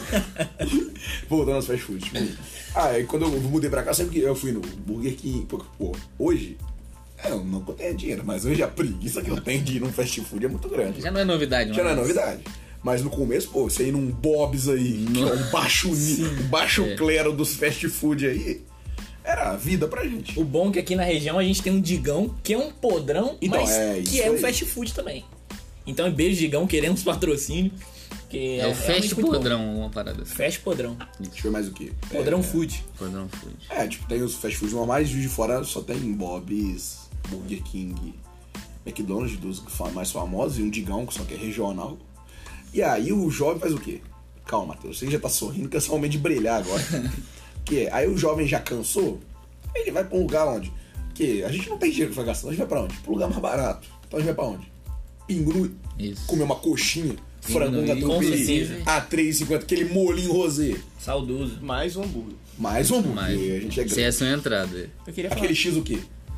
Voltando aos fast foods. Tipo, ah, aí quando eu mudei pra cá, sempre que eu fui no Burger King, porque, pô, hoje, eu não tenho dinheiro, mas hoje a preguiça que eu tenho de ir num fast food é muito grande. Já não é novidade, Já não é mas- novidade. Mas no começo, pô, você ir num Bob's aí, que é um baixo, ni- um baixo É. clero dos fast food aí, era a vida pra gente. O bom é que aqui na região a gente tem um Digão, que é um podrão, Então, mas é que isso é um aí. fast food também. Então, beijo, Digão, queremos patrocínio. Que É o realmente fast muito bom. podrão, uma parada assim. Fast podrão. Deixa eu ver mais o que. Podrão é, food. Podrão food. É, tipo, tem os fast foods normais, Juiz de Fora só tem Bob's, Burger King, McDonald's, dos mais famosos, e um Digão, que só que é regional. E aí o jovem faz o quê? Calma, Matheus, você já tá sorrindo, que é só o momento de brilhar agora. Que é, aí o jovem já cansou, ele vai pra um lugar onde? Que a gente não tem dinheiro pra gastar, a gente vai pra onde? Pro lugar mais barato. Então a gente vai pra onde? Pingu, Isso. comer uma coxinha, frango Pingu, com catupiry, certeza. a três e cinquenta, aquele molinho rosé. Saudoso. Mais um hambúrguer. Mais um hambúrguer, Mas a gente é se grande. essa é a entrada. Eu queria falar. Aquele X o quê?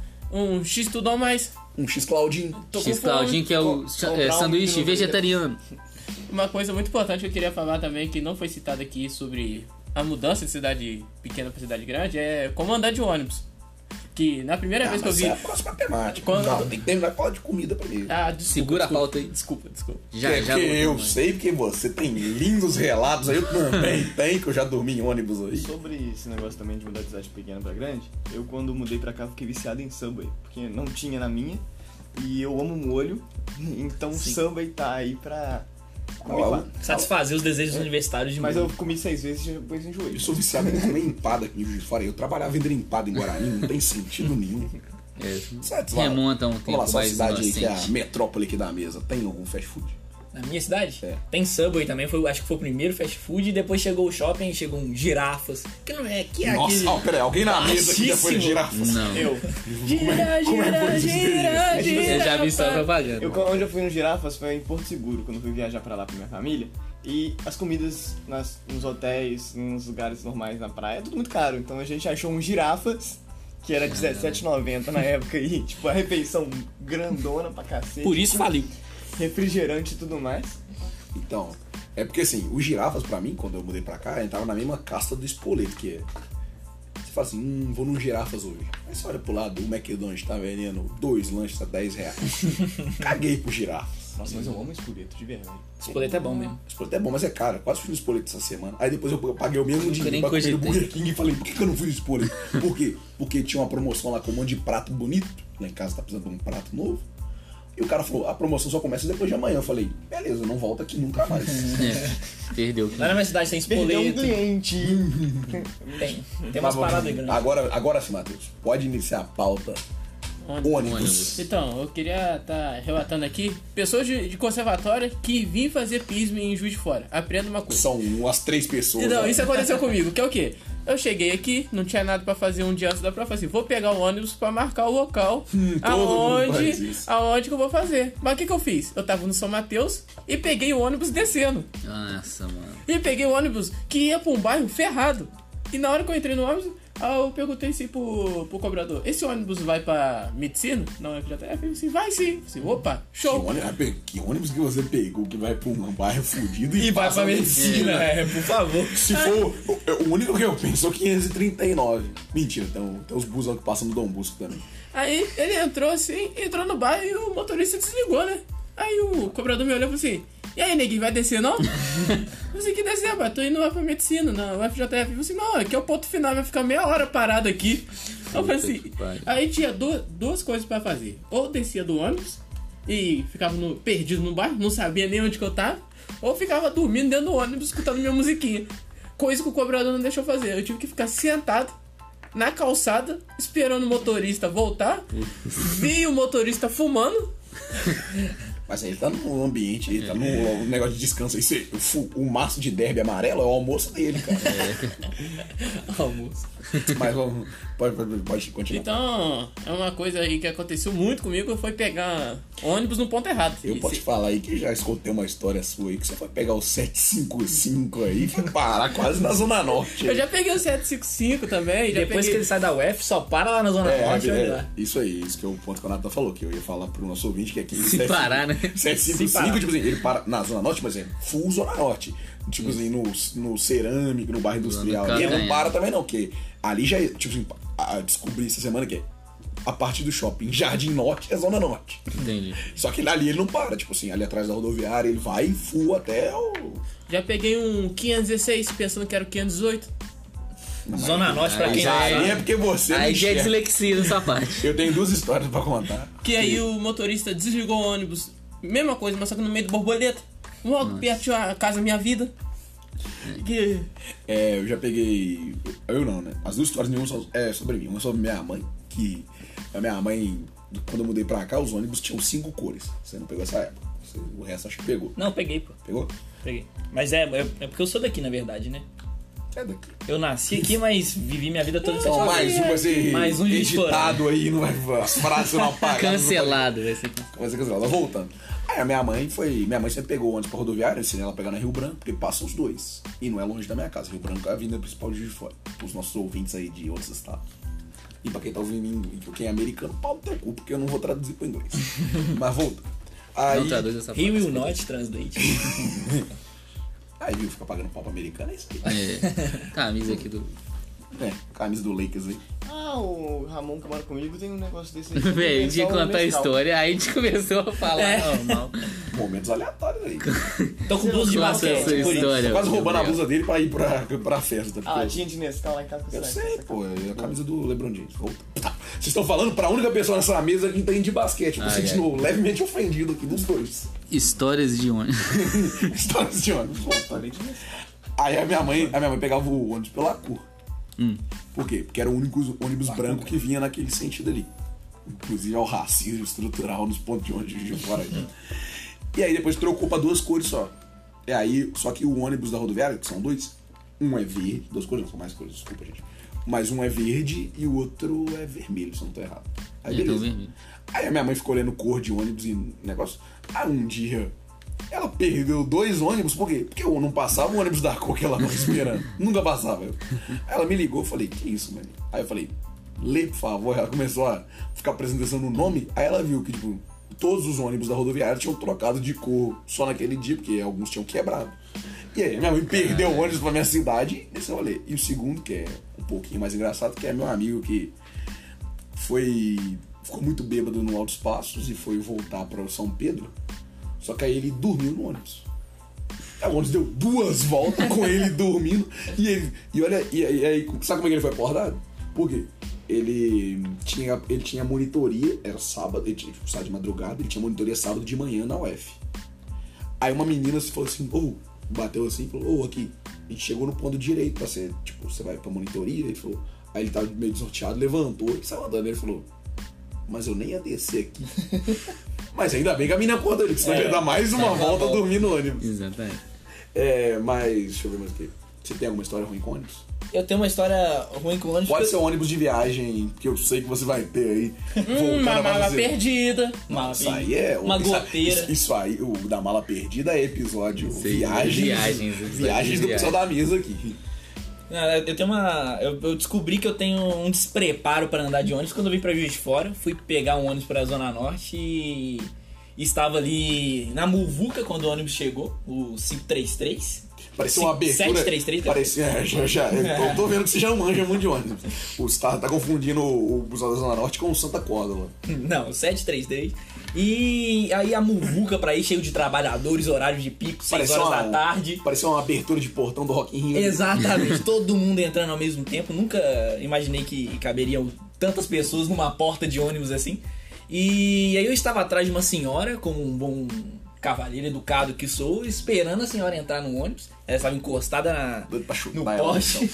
Um X tudo ao mais. Um X Claudinho. Tô com X Claudinho, que é o Com- cha- comprar é, um sanduíche hambúrguer. vegetariano. Uma coisa muito importante que eu queria falar também, que não foi citada aqui sobre a mudança de cidade pequena pra cidade grande, é como andar de ônibus. Que na primeira Ah, vez que eu mas vi. é a próxima temática. Quando- Não, tem que terminar com a de comida primeiro. Ah, desculpa, Segura a desculpa, pauta aí. Desculpa, desculpa. Já, é já porque voltamos, eu né? sei que você tem lindos relatos aí, eu também tenho, que eu já dormi em ônibus aí. Sobre esse negócio também de mudar de cidade pequena pra grande, eu quando mudei pra cá fiquei viciado em Subway, porque não tinha na minha, e eu amo molho, então o Subway tá aí pra... comer Ó, quatro. Satisfazer os desejos universitários de Mas molho. eu comi seis vezes e depois enjoei. Eu sou viciado em comer empada aqui em Juiz de Fora. Eu trabalhava vendendo empada em Guarani, não tem sentido nenhum. É, Certo, remonta um Vamos tempo lá, sua mais cidade aí, que é a inocente. metrópole aqui da mesa, tem algum fast food? Na minha cidade? É. Tem Subway também, foi, acho que foi o primeiro fast food, e depois chegou o shopping, chegou um girafas. Que não é, que é Nossa, aquele... ó, peraí, alguém na mesa aqui já foi de Baixíssimo. girafas? Não, Eu. Como é, como é que foi essa experiência? eu já vi só propaganda. Eu, onde eu fui no Girafas foi em Porto Seguro, quando eu fui viajar pra lá com minha família. E as comidas nas, nos hotéis, nos lugares normais na praia, é tudo muito caro. Então a gente achou um Girafas, que era dezessete reais e noventa centavos na época, e tipo, a refeição grandona pra cacete. Por isso faliu. Refrigerante e tudo mais. Então, é porque assim, os girafas pra mim, quando eu mudei pra cá, entrava na mesma casta do espoleto, que é. Você fala assim, hum, vou num girafas hoje. Aí você olha pro lado, o McDonald's tá vendendo dois lanches a dez reais. Caguei pro girafas. Nossa, mas eu amo espoleto, de verdade. Espoleto é bom mesmo. Espoleto é bom, mas é caro. Quase fui no espoleto essa semana. Aí depois eu paguei o mesmo Nunca dinheiro nem pra comer no cogitei. Burger King e falei, por que, que eu não fui no espoleto? Por quê? Porque tinha uma promoção lá com um monte de prato bonito. Lá em casa tá precisando de um prato novo. E o cara falou, a promoção só começa depois de amanhã. Eu falei, beleza, não volta aqui nunca mais. É, perdeu. Lá na minha cidade tem Perdeu um espoleto. cliente. Tem. Tem umas Mas, paradas grandes. Agora, agora sim, Matheus. Pode iniciar a pauta. Ônibus. Ônibus. Ônibus. Então, eu queria estar relatando aqui pessoas de, de conservatório que vêm fazer pismo em Juiz de Fora. Aprenda uma coisa. São umas três pessoas. Não, né? isso aconteceu comigo, que é o quê? Eu cheguei aqui, não tinha nada pra fazer um dia antes da prova, falei assim, vou pegar o ônibus pra marcar o local todo mundo faz aonde, isso. aonde que eu vou fazer. Mas o que que eu fiz? Eu tava no São Mateus e peguei o ônibus descendo. Nossa, mano. E peguei o ônibus que ia pra um bairro ferrado. E na hora que eu entrei no ônibus, Aí eu perguntei assim pro, pro cobrador, esse ônibus vai pra medicina? Não, é F J F? Ele falou assim, vai sim. Assim, opa, Que show. ônibus, que ônibus que você pegou que vai pra um bairro fudido e, E vai passa pra medicina, é, por favor. Se for. O, o único que eu penso é o quinhentos e trinta e nove. Mentira, tem, tem os busão que passam no Dom Bosco também. Aí ele entrou assim, entrou no bar e o motorista desligou, né? Aí o cobrador me olhou e falou assim, e aí, neguinho, vai descer não? Eu falei assim, que descer, rapaz? Tô indo lá pra medicina, não, o F J F. Eu falei assim, não, aqui é o ponto final, vai ficar meia hora parado aqui. Eu falei assim, que pariu. aí tinha duas, duas coisas pra fazer. Ou descia do ônibus e ficava no, perdido no bairro, não sabia nem onde que eu tava, ou ficava dormindo dentro do ônibus escutando minha musiquinha. Coisa que o cobrador não deixou fazer. Eu tive que ficar sentado na calçada, esperando o motorista voltar. Vi o motorista fumando. Mas aí ele tá num ambiente, ele tá num negócio de descanso aí. Você- O, fu- o maço de derby amarelo é o almoço dele, cara. Almoço. Mas vamos. Pode, pode, pode continuar. Então, é uma coisa aí que aconteceu muito comigo, foi pegar ônibus no ponto errado. Eu E posso se- te falar aí que já escutei uma história sua aí que você foi pegar o sete cinco cinco aí e foi parar quase na Zona Norte. Eu já peguei o sete cinco cinco também, já Depois peguei... que ele sai da U F, só para lá na Zona É, Norte e olha é, lá. isso aí, isso que é o ponto que o Nathan falou, que eu ia falar pro nosso ouvinte, que aqui Se parar, né? sete cinco Se cinco, parar. tipo assim, ele para na Zona Norte, mas é full Zona Norte. Tipo assim, no, no cerâmico, no bairro industrial. Zona E ele não Cantanha. para também não, porque ali já é, tipo assim, a- descobri essa semana que é a parte do shopping Jardim Norte é Zona Norte. Entendi. Só que ali ele não para, tipo assim, ali atrás da rodoviária ele vai full até o... Já peguei um quinhentos e dezesseis pensando que era o quinhentos e dezoito. Zona Norte, pra Aí quem já não Aí sabe. é porque você não Aí já é enxerga. dislexia nessa parte. Eu tenho duas histórias pra contar. Que aí o motorista desligou o ônibus, mesma coisa, mas só que no meio do borboleta. Logo perto tinha a casa Minha Vida. Que... É, eu já peguei. Eu não, né? As duas histórias nenhuma são é, sobre mim. Uma sobre minha mãe, que a minha mãe, quando eu mudei pra cá, os ônibus tinham cinco cores. Você não pegou essa época. Você- o resto acho que pegou. Não, peguei, pô. Pegou? Peguei. Mas é, é, é porque eu sou daqui, na verdade, né? É daqui. Eu nasci aqui, mas vivi minha vida toda em São Então, Paulo. mais um vai ser Mais um editado aí, não vai, as frases não apagadas. Cancelado, vai ser. Vai ser cancelado. Voltando. Aí a minha mãe foi. Minha mãe sempre pegou o ônibus pra rodoviária, eu ensinei ela a pegar na Rio Branco, porque passam os dois. E não é longe da minha casa. Rio Branco é a avenida principal de Juiz de Fora. Os nossos ouvintes aí de outros estados. E pra quem tá ouvindo em inglês, quem é americano, pau no teu cu, porque eu não vou traduzir pro inglês. Mas volta. Aí, Não traduz essa He parte. will not translate. aí viu, fica pagando pau pro americano, é isso aí. É, camisa aqui do. É, camisa do Lakers aí. Ah, o Ramon que mora comigo tem um negócio desse aí. Véi, a gente ia Só um contar a mescal. história, aí a gente começou a falar É. normal. Momentos aleatórios aí. Tô com blusa de Nossa, basquete, essa por isso. história. Tô quase roubando a Gabriel. blusa dele pra ir pra, pra festa. Ah, porque- tinha de Nescau lá em casa. Eu sabe? sei, pô, é a camisa do LeBron James. Volta. Tá. Vocês estão falando pra única pessoa nessa mesa que entende de basquete. Eu tô Ai, sentindo levemente ofendido aqui dos dois. Histórias de ônibus. Histórias de ônibus. Volta. Falei de Nescau. Aí a minha mãe, a minha mãe pegava o ônibus pela cor. Hum. Por quê? Porque era o único ônibus branco que vinha naquele sentido ali. Inclusive ao racismo estrutural nos pontos de ônibus de fora. Aí. E aí depois trocou pra duas cores só. E aí, só que o ônibus da rodoviária, que são dois, um é verde, duas cores, não são mais cores, desculpa, gente. Mas um é verde e o outro é vermelho, se eu não tô errado. Aí Então, beleza. vermelho. Aí a minha mãe ficou olhando cor de ônibus e negócio. Aí um dia ela perdeu dois ônibus, por quê? Porque eu não passava o ônibus da cor que ela não esperando. Nunca passava. Aí ela me ligou, eu falei, que isso, mano? Aí eu falei, lê, por favor. Ela começou a ficar prestando atenção no nome. Aí ela viu que, tipo, todos os ônibus da rodoviária tinham trocado de cor só naquele dia, porque alguns tinham quebrado. E aí minha mãe perdeu o ônibus pra minha cidade nesse rolê. E o segundo, que é um pouquinho mais engraçado, que é meu amigo que foi... ficou muito bêbado no Altos Passos e foi voltar pra São Pedro. Só que aí ele dormiu no ônibus. Aí o ônibus deu duas voltas com ele dormindo. E ele. E olha, e, e aí, sabe como é que ele foi acordado? Por quê? Ele tinha, ele tinha monitoria, era sábado, ele tinha tipo, sábado de madrugada, ele tinha monitoria sábado de manhã na U F. Aí uma menina falou assim, ô, bateu assim e falou, ô, aqui, a gente chegou no ponto direito pra ser, tipo, você vai pra monitoria, ele falou. Aí ele tava meio desnorteado, levantou e saiu andando. Ele falou, mas eu nem ia descer aqui. Mas ainda bem que a menina acordou ele, senão É. ele ia dar mais uma volta dormindo no ônibus. Exatamente. É, mas, deixa eu ver mais aqui. Você tem alguma história ruim com ônibus? Eu tenho uma história ruim com ônibus. Pode porque ser um ônibus de viagem, que eu sei que você vai ter aí. Hum, voltando uma a mala fazer. perdida. Uma, Isso aí é... uma isso- goteira. Isso, isso aí, o da mala perdida é episódio Sei, viagens. viagens, episódio Viagens de do pessoal da viagem. mesa aqui. Ah, Eu tenho uma. Eu, eu descobri que eu tenho um despreparo para andar de ônibus quando eu vim pra Juiz de Fora. Fui pegar um ônibus pra Zona Norte e. e estava ali na Muvuca quando o ônibus chegou, o quinhentos e trinta e três. Parecia uma abertura. sete três três. Parecia, é, já, já, eu tô, tô vendo que você já não manja muito de ônibus. Você tá, tá confundindo o, o busão da Zona Norte com o Santa Córdoba. Não, sete três três. E aí a Muvuca pra ir, cheio de trabalhadores, horário de pico, seis horas uma, da tarde. Parecia uma abertura de portão do Rock in Rio. Exatamente, todo mundo entrando ao mesmo tempo. Nunca imaginei que caberiam tantas pessoas numa porta de ônibus assim. E aí eu estava atrás de uma senhora, como um bom cavalheiro educado que sou, esperando a senhora entrar no ônibus. Ela estava encostada na, Doido pra chutar no ela, poste,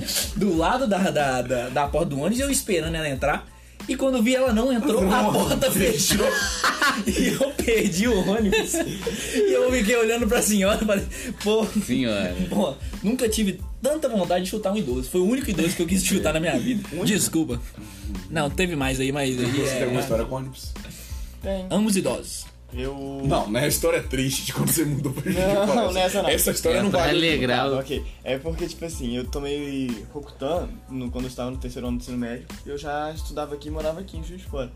do lado da, da, da, da porta do ônibus, eu esperando ela entrar. E quando vi ela não entrou, a porta fechou. E eu perdi o ônibus. E eu fiquei olhando pra senhora e falei, pô, Senhora. pô, nunca tive tanta vontade de chutar um idoso. Foi o único idoso que eu quis chutar na minha vida. Desculpa. Não, teve mais aí, mas aí Você tem alguma é, história com ônibus? Tem. ambos idosos. Eu. Não, né? A história é triste de quando você mudou pra Juiz de Não, Fora. nessa não. Essa história É não pra vale. alegrar o... Ok, é porque, tipo assim, eu tomei Rokutan no, quando eu estava no terceiro ano do ensino médio. Eu já estudava aqui e morava aqui em Juiz de Fora.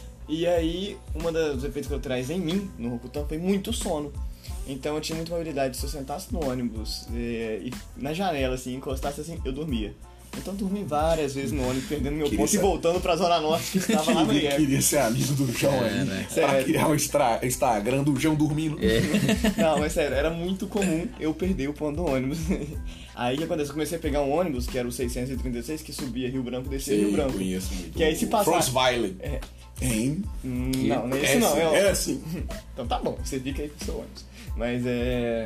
E aí, um dos efeitos que eu traz em mim, no Rokutan, foi muito sono. Então eu tinha muita mobilidade. Se eu sentasse no ônibus e, e na janela, assim, encostasse assim, eu dormia. Então eu dormi várias vezes no ônibus, perdendo meu Queria ponto ser- e voltando pra Zona Norte, que estava lá no Queria, I E P. queria ser amigo do João aí. né? Pra Sério. criar um extra, Instagram do João dormindo. Não, mas sério, era muito comum eu perder o ponto do ônibus. Aí o que aconteceu? Eu comecei a pegar um ônibus, que era o seiscentos e trinta e seis, que subia Rio Branco e descia Rio Sim, Branco. conheço muito. Que aí se passar- Frontweiler. É. Hein? Hum, Não, não é É isso não. assim, É, é assim. Então tá bom, você fica aí com o seu ônibus. Mas é.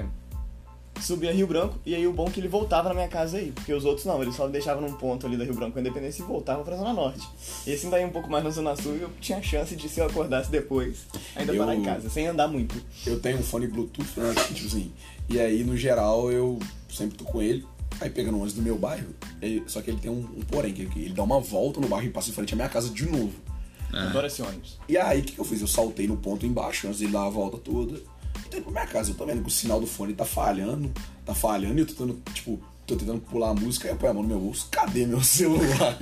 Subia Rio Branco, e aí o bom é que ele voltava na minha casa aí, porque os outros não, eles só deixavam num ponto ali da Rio Branco com a Independência e voltavam pra Zona Norte. E assim daí um pouco mais na Zona Sul, eu tinha chance de, se eu acordasse depois, ainda Eu- parar em casa, sem andar muito. Eu tenho um fone Bluetooth, né? Tipo assim. E aí, no geral, eu sempre tô com ele. Aí pegando um ônibus do meu bairro, ele- só que ele tem um, um porém, que ele dá uma volta no bairro e passa em frente à minha casa de novo. Eu adoro esse ônibus. E aí, o que, que eu fiz? Eu saltei no ponto embaixo, antes dele dar a volta toda. E tô indo pra minha casa. Eu tô vendo que o sinal do fone tá falhando, tá falhando, e eu tô tentando, tipo, tô tentando pular a música, aí eu ponho a mão no meu bolso. Cadê meu celular?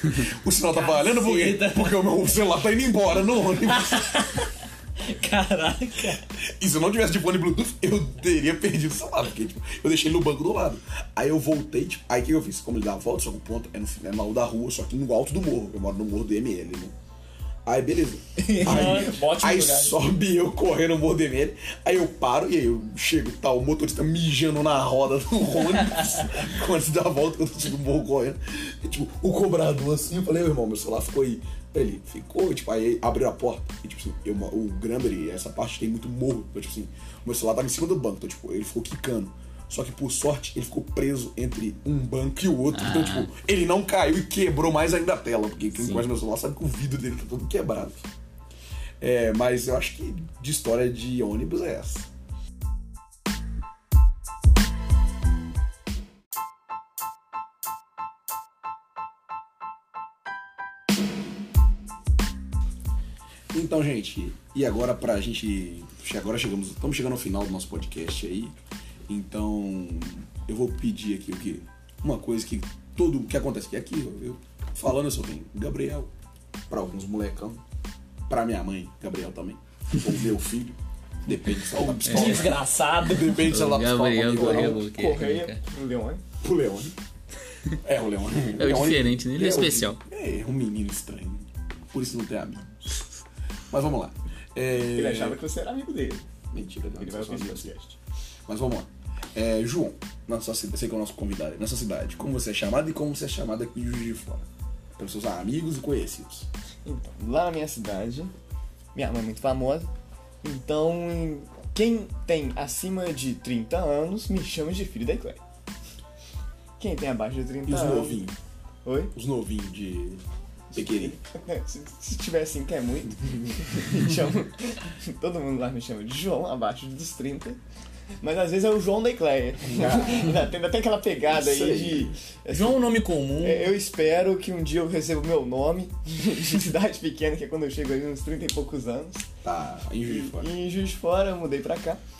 O sinal tá falhando por quê? Caceta. Porque o meu celular tá indo embora no ônibus. Caraca. E se eu não tivesse de fone Bluetooth, eu teria perdido o celular, porque tipo, eu deixei ele no banco do lado. Aí eu voltei, tipo, aí o que eu fiz? Como ele dá a volta, só que o ponto é no final da rua, só que no alto do morro. Eu moro no morro do M L, né? Aí beleza. Aí, Ótimo aí lugar. sobe eu correndo no morro do M L, aí eu paro e aí eu chego, tá o motorista mijando na roda do ônibus, antes da volta, que eu tô subindo o morro correndo. E, tipo, o cobrador assim, eu falei, ô irmão, meu celular ficou aí. Ele ficou, tipo, aí abriu a porta. E tipo assim, eu, o Granbury, essa parte tem muito morro. Então, tipo assim, o meu celular tava em cima do banco, então, tipo, ele ficou quicando. Só que por sorte, ele ficou preso entre um banco e o outro. Então, tipo, ele não caiu e quebrou mais ainda a tela. Porque quem conhece meu celular sabe que o vidro dele tá todo quebrado. É, mas eu acho que de história de ônibus é essa. Então, gente, e agora pra gente. Agora chegamos. Estamos chegando ao final do nosso podcast aí. Então, eu vou pedir aqui o que? Uma coisa que todo. que acontece aqui, aqui eu, eu falando, eu sou bem Gabriel, pra alguns molecão, pra minha mãe, Gabriel também, ou meu filho, depende se ela tá pistola. Desgraçado. Depende se ela tá pistola Gabriel comigo ou não. Gorelo, que Correia, o Leone. Pro Leone. É, o Leone. É o diferente, né? Ele é o- especial. É, um menino estranho. Por isso não tem amigo. Mas vamos lá. É... Ele achava que você era amigo dele. Mentira, não, Ele vai só ouvir esse amigos. podcast. Mas vamos lá. É, João, na sua cidade, sei que é o nosso convidado aí, na sua cidade, como você é chamado e como você é chamado aqui de Juiz de Fora? Pelos seus amigos e conhecidos. Então, lá na minha cidade, minha mãe é muito famosa, então quem tem acima de trinta anos me chama de filho da Eclair. Quem tem abaixo de trinta E os anos... novinhos? Oi? Os novinhos de Pequenininho. Se, se tiver assim, que é muito, me chama, todo mundo lá me chama de João, abaixo dos trinta. Mas às vezes é o João da Eclair. ainda, tem, ainda tem aquela pegada Isso aí aí. de... assim, João é um nome comum. é, eu espero que um dia eu receba o meu nome de cidade pequena, que é quando eu chego ali uns trinta e poucos anos. Tá, em Juiz de Fora. E em Juiz de Fora eu mudei pra cá.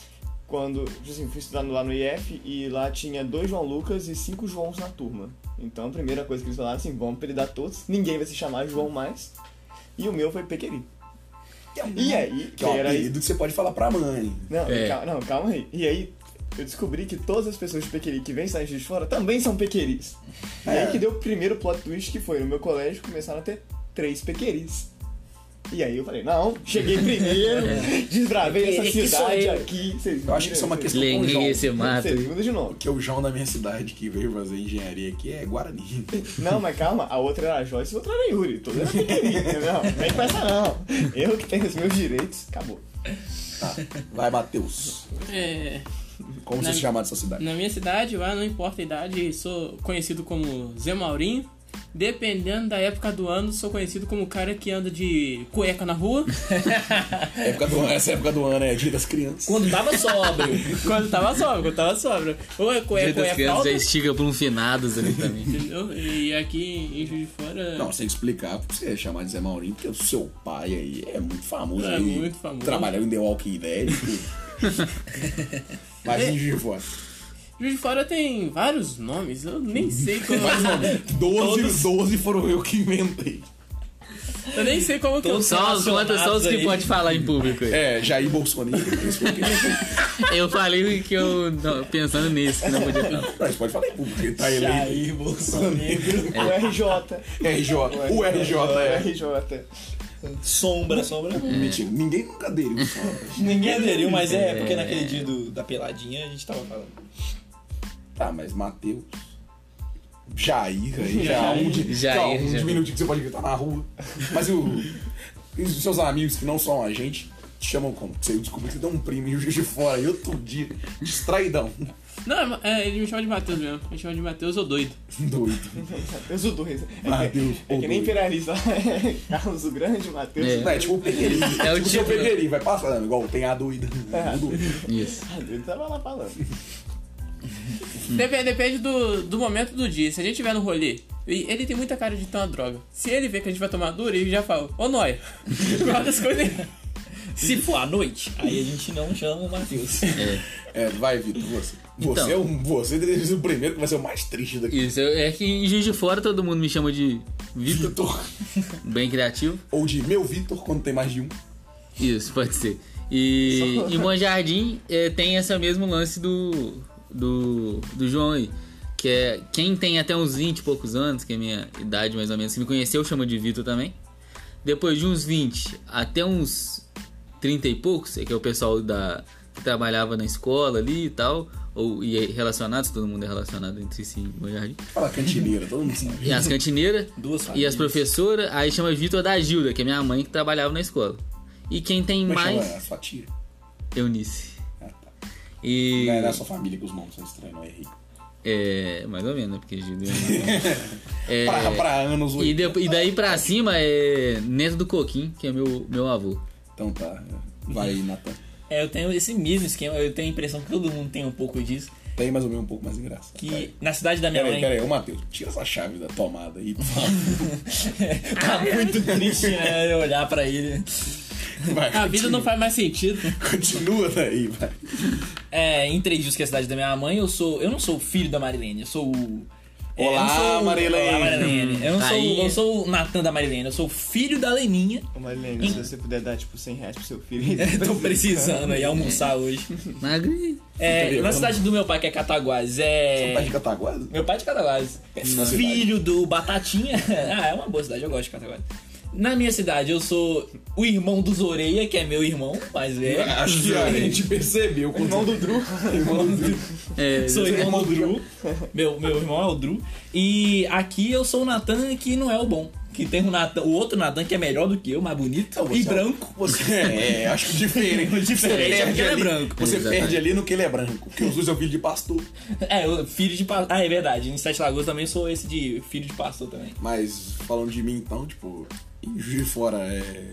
quando, tipo assim, fui estudando lá no I F e lá tinha dois João Lucas e cinco Joãos na turma. Então a primeira coisa que eles falaram assim, vamos apelidar todos, ninguém vai se chamar João mais. E o meu foi Pequeri. E aí, Que é um era aí... apelido que você pode falar pra mãe. Não, É. calma, não, calma aí. E aí, eu descobri que todas as pessoas de Pequeri que vêm sair de fora também são Pequeris. E É. aí que deu o primeiro plot twist, que foi no meu colégio começaram a ter três Pequeris. E aí eu falei, não, cheguei primeiro, desbravei essa Pequeri que sou cidade eu. aqui. Vocês Eu acho que isso é uma viram? questão com o Lenguei João. esse mato. Vocês mudam de novo. Porque o João da minha cidade que veio fazer engenharia aqui é Guarani. Não, mas calma, a outra era a Joyce e a outra era a Yuri. Toda era Pequeri, entendeu? Vem com essa não. Eu que tenho os meus direitos, acabou. Tá. Vai, Matheus. É, Como Na- você se chama dessa cidade? na minha cidade, lá não importa a idade, sou conhecido como Zé Maurinho. Dependendo da época do ano, sou conhecido como o cara que anda de cueca na rua. Época do, essa época do ano é Dia das Crianças. Quando tava sóbrio. Quando tava sobra, quando tava sobra. Ou é Dia cueca ou das é crianças falta. já estica por um finados ali também. Entendeu? E aqui em Juiz de Fora. Não, sem explicar porque você chamar de Zé Maurinho, porque o seu pai aí é muito famoso. É aí, muito famoso. Trabalhou em The Walking Dead e tudo. Mas em Juiz de Fora. Juiz de Fora tem vários nomes, eu nem sei como. doze, doze foram eu que inventei. Eu nem sei como que eu Todos Só, os- conta só os que aí. pode falar em público aí. É, Jair Bolsonaro. Isso foi o que eu inventei. Eu falei que eu. Não, pensando nisso, que não podia falar. Não, você pode falar em público, ele tá eleito. Jair Bolsonaro. O R J. R J. O R J O é. R J. Sombra, sombra. Mentira, ninguém nunca aderiu. Ninguém aderiu, mas é porque naquele dia do, da peladinha a gente tava falando. Tá, mas Matheus. Jair aí, já é Jair. um, de, Jair, já é um Jair. diminuto que você pode gritar na rua. Mas o, e os seus amigos que não são a gente te chamam como? Você descobriu que você tem um primo em Juiz de Fora e outro dia, distraidão. Não, é, ele me chama de Matheus mesmo. Ele chama de Matheus ou doido. Doido. Matheus o dois. É Matheus que, é o que nem dois. imperialista. Carlos o Grande, Matheus. É. Não, é tipo o Pequeri. É o tipo o seu tipo, né? Pequeri, vai passando, igual tem a doida. É. O doido. Isso. Ah, ele tava lá falando. Depende, depende do, do momento do dia. Se a gente tiver no rolê, e ele tem muita cara de ter uma droga. Se ele vê que a gente vai tomar dura, ele já fala, ô Nóia, guarda as coisas aí. Se for à noite, aí a gente não chama o Matheus. É, vai, Vitor, você. Então. Você, é o, você deve ser o primeiro que vai ser o mais triste daqui. Isso, eu- é que em Juiz de Fora todo mundo me chama de Vitor, Vitor. bem criativo. Ou de meu Vitor, quando tem mais de um. Isso, pode ser. E em Bom Jardim é, tem esse mesmo lance do, do, do João aí. Que é quem tem até uns vinte e poucos anos, que é a minha idade mais ou menos, que me conheceu, chama de Vitor também. Depois de uns vinte até uns trinta e poucos, é que é o pessoal da, que trabalhava na escola ali e tal, ou e é relacionados, todo mundo é relacionado entre si em Bom Jardim. Fala cantineira, todo mundo sabe. E as cantineiras Duas e famílias. as professoras, aí chama Vitor da Gilda, que é minha mãe que trabalhava na escola. E quem tem Como é que mais. chama a sua tia? Eunice. Ah, tá. E. Não é da sua família que os nomes são estranhos, não é errei. É. Mais ou menos, né? Porque Gilda é. Pra, pra anos E, oitenta. de- e daí pra cima é Neto do Coquim, que é meu, meu avô. Então tá. Vai, Natan. É, eu tenho esse mesmo esquema, eu tenho a impressão que todo mundo tem um pouco disso. Tem mais ou menos um pouco mais engraçado. Que na cidade da minha Peraí, mãe. peraí, ô Matheus, tira essa chave da tomada aí, por favor. Tá muito triste, né? eu Olhar pra ele. Vai, A vida não faz mais sentido. continua daí, vai. É, em Três Rios, que é a cidade da minha mãe, eu sou. Eu não sou o filho da Marilene, eu sou o. é, Olá, eu não sou o- Marilene. Olá, Marilene. Eu não sou, Aí. eu sou o Natan da Marilene, eu sou o filho da Leninha. Ô Marilene, se você puder dar tipo cem reais pro seu filho. Tô precisando aí almoçar hoje. Magrinho. É, na cidade do meu pai, que é Cataguases, é. Tá de Cataguases? Meu pai é de Cataguases. Na Filho do Batatinha. Ah, é uma boa cidade, eu gosto de Cataguases. Na minha cidade, eu sou o irmão dos Oreia, que é meu irmão mais velho. Acho que a gente percebeu. quando- Irmão do Drew. Irmão do Drew. É, Sou irmão do Drew. Meu, meu irmão é o Drew. E aqui eu sou o Natan, que não é o bom. Que tem o, Nathan, o outro Natan que é melhor do que eu, mais bonito Então, você e é- branco. Você é, acho que diferente. O diferente Você é perde que ele é ali- branco. Você Exatamente. perde ali no que ele é branco. Porque os dois é o filho de pastor. É, eu, filho de pastor. Ah, é verdade. Em Sete Lagoas também sou esse de filho de pastor também. Mas falando de mim então, tipo, em Juiz de Fora é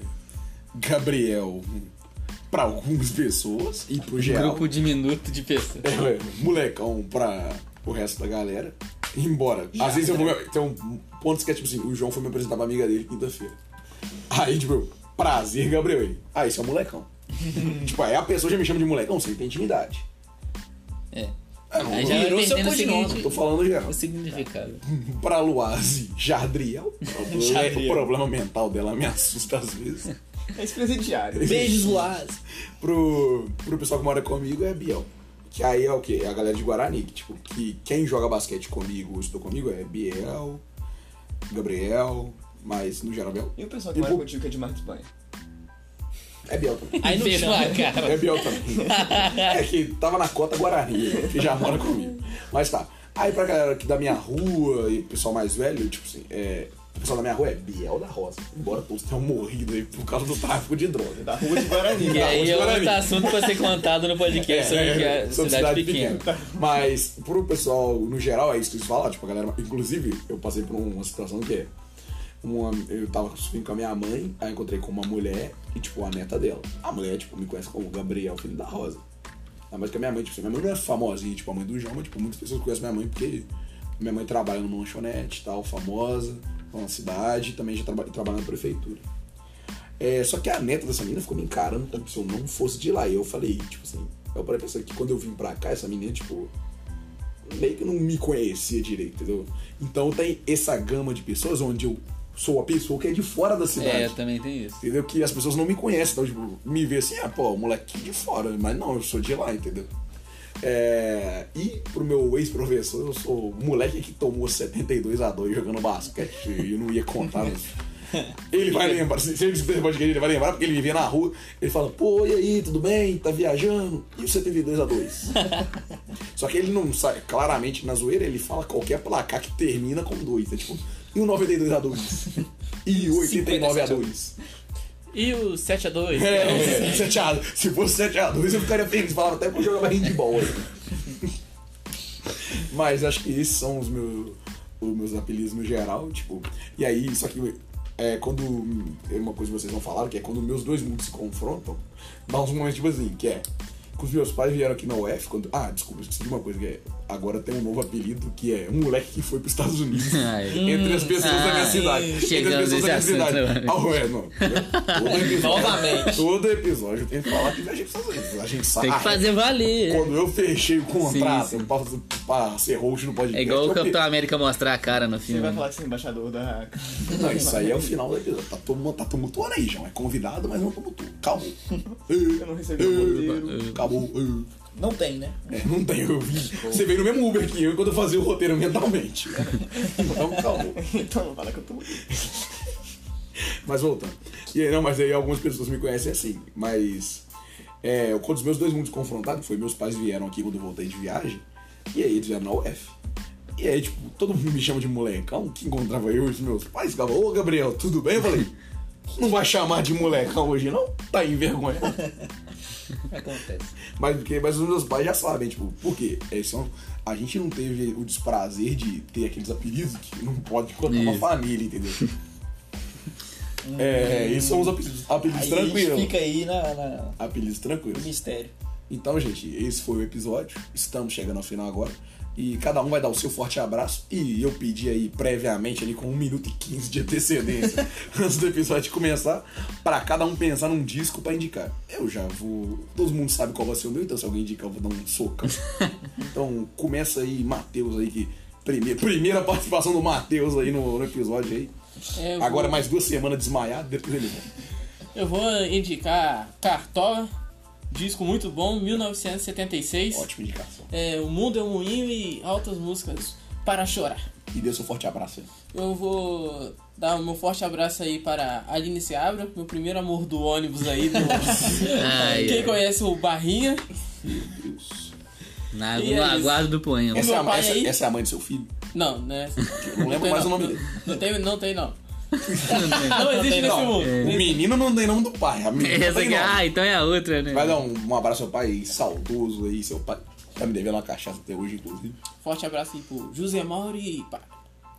Gabriel pra algumas pessoas e pro geral. grupo diminuto de pessoas. É, molecão pra o resto da galera. Embora, às vezes eu vou. Tem um ponto que é tipo assim: o João foi me apresentar pra amiga dele quinta-feira. Aí, tipo, prazer, Gabriel. Aí, ah, esse é o molecão. Tipo, aí a pessoa já me chama de molecão sem ter intimidade. É. É, não, Aí não- já vai virou seu perdendo o codinome. seguinte, tô falando geral. o significado. Pra Luaze Jardriel, o problema- Jardriel. o problema mental dela me assusta às vezes. É esse presidiário. Beijos, Luaz. Pro, pro pessoal que mora comigo é Biel. Que aí é o quê? É a galera de Guarani. Que, tipo, que quem joga basquete comigo, estou comigo, é Biel, Gabriel, mas no geral Biel. E o pessoal que E mora o- contigo que é de Marca Espanha? É Biel também. Aí não Fez chama. uma cara. É Biel também. É que tava na cota Guarani, que já mora comigo. Mas tá. Aí pra galera aqui da minha rua e o pessoal mais velho, tipo assim, é, o pessoal da minha rua é Biel da Roça. Embora todos tenham morrido aí por causa do tráfico de droga. Da rua de Guarani. E Tá, aí é Guarani. outro assunto pra ser contado no podcast sobre que é sobre cidade, pequena. Mas pro pessoal, no geral, é isso que eles falam. Tipo, a galera. Inclusive, eu passei por uma situação que é. Uma, eu tava subindo com a minha mãe, aí encontrei com uma mulher e, tipo, a neta dela. A mulher, tipo, me conhece como Gabriel, filho da Rosa. Ah, mas que a minha mãe, tipo, minha mãe não é famosinha, tipo, a mãe do João, mas, tipo, muitas pessoas conhecem minha mãe porque minha mãe trabalha numa lanchonete e tal, famosa, numa cidade, e também já traba, trabalha na prefeitura. É, só que a neta dessa menina ficou me encarando como se eu não fosse de lá. E eu falei, tipo assim, eu parei pensando que quando eu vim pra cá, essa menina, tipo, meio que não me conhecia direito, entendeu? Então tem essa gama de pessoas onde eu sou a pessoa que é de fora da cidade. É, também tem isso. Entendeu? Que as pessoas não me conhecem, então, tipo, me vê assim, ah, pô, moleque de fora, mas não, eu sou de lá, entendeu? É... E pro meu ex-professor, eu sou o moleque que tomou setenta e dois a dois jogando basquete e eu não ia contar. Mas... Ele vai lembrar, se ele escutar esse podcast, ele vai lembrar, porque ele me vê na rua, ele fala, pô, e aí, tudo bem? Tá viajando? E o setenta e dois a dois? Só que ele não sabe, claramente na zoeira, ele fala qualquer placar que termina com dois. É tipo, e o noventa e dois a dois? E o oitenta e nove a dois? E o sete a dois? É, é, sete a dois. Se fosse sete a dois, eu ficaria feliz. Falava até que eu jogava handball. Mas acho que esses são os meus, os meus apelidos no geral, tipo. E aí, só que é, quando. É uma coisa que vocês não falaram, que é quando meus dois mundos se confrontam, dá uns momentos tipo assim, que é. Que os meus pais vieram aqui na U F, quando. Ah, desculpa, eu esqueci de uma coisa, que é. Agora tem um novo apelido que é um moleque que foi pros Estados Unidos. Ai. Entre as pessoas da minha Ai, cidade. Entre as chegamos pessoas da minha nesse cidade. assunto, Ah, ué, não. Todo episódio, Novamente. todo episódio tem que falar que viajei pros Estados Unidos. A gente sabe. Tem que fazer valer. Quando eu fechei o contrato Sim, sim. Pra, pra ser host no podcast. É igual o eu Capitão América mostrar a cara no Você filme. vai falar que você é embaixador da... Não, isso aí é o final do episódio. Tá, todo mundo, tá tumultuando aí, João. É convidado, mas não tumultua. Calma. Eu não recebi o roteiro. Acabou. Não tem, né? É, não tem, eu vi. Você veio no mesmo Uber que eu quando eu fazia o roteiro mentalmente. Então, calma. Então não fala que eu tô... Mas voltando. E aí, não, mas aí algumas pessoas me conhecem assim. Mas é, quando os meus dois mundos confrontados, foi meus pais vieram aqui quando eu voltei de viagem. E aí eles vieram na U F. E aí, tipo, todo mundo me chama de molecão, que encontrava eu e os meus pais, ficava, ô Gabriel, tudo bem? Eu falei, não vai chamar de molecão hoje não? Tá envergonhado. Acontece. Mas, porque, mas os meus pais já sabem, tipo, por quê? Eles são, a gente não teve o desprazer de ter aqueles apelidos que não pode contar uma Isso. família, entendeu? É, esses são os apelidos, apelidos Aí a gente tranquilos. fica aí na, na- Apelidos no tranquilos. mistério. Então, gente, esse foi o episódio. Estamos chegando ao final agora. E cada um vai dar o seu forte abraço. E eu pedi aí previamente, ali com um minuto e quinze de antecedência, antes do episódio começar, pra cada um pensar num disco pra indicar. Eu já vou. Todo mundo sabe qual vai ser o meu, então se alguém indicar, eu vou dar um socão. Então, começa aí, Matheus aí, que. Primeira, primeira participação do Matheus aí no, no episódio aí. É, eu Agora vou- mais duas semanas desmaiado, depois ele volta. Eu vou indicar Cartola, disco muito bom, mil novecentos e setenta e seis. Ótima indicação. É, O Mundo é um Moinho e altas músicas para chorar. E dê seu forte abraço aí. Eu vou dar o meu forte abraço aí para Aline Seabra, meu primeiro amor do ônibus aí. Do... Ai, Quem ai. conhece o Barrinha. Meu Deus. Na, E no é isso. aguardo do poema. Essa, meu é a, pai essa, aí- essa é a mãe do seu filho? Não, né? Não lembro mais o nome não, dele. Não tem, não tem, não. Não existe nesse Não, mundo. o menino não tem nome do pai, a menina Essa tem aqui, nome. ah, então é a outra, né? Vai dar um, um abraço ao pai saudoso aí, seu pai tá me devendo uma cachaça até hoje, inclusive. Forte abraço aí pro José Mauro e pá.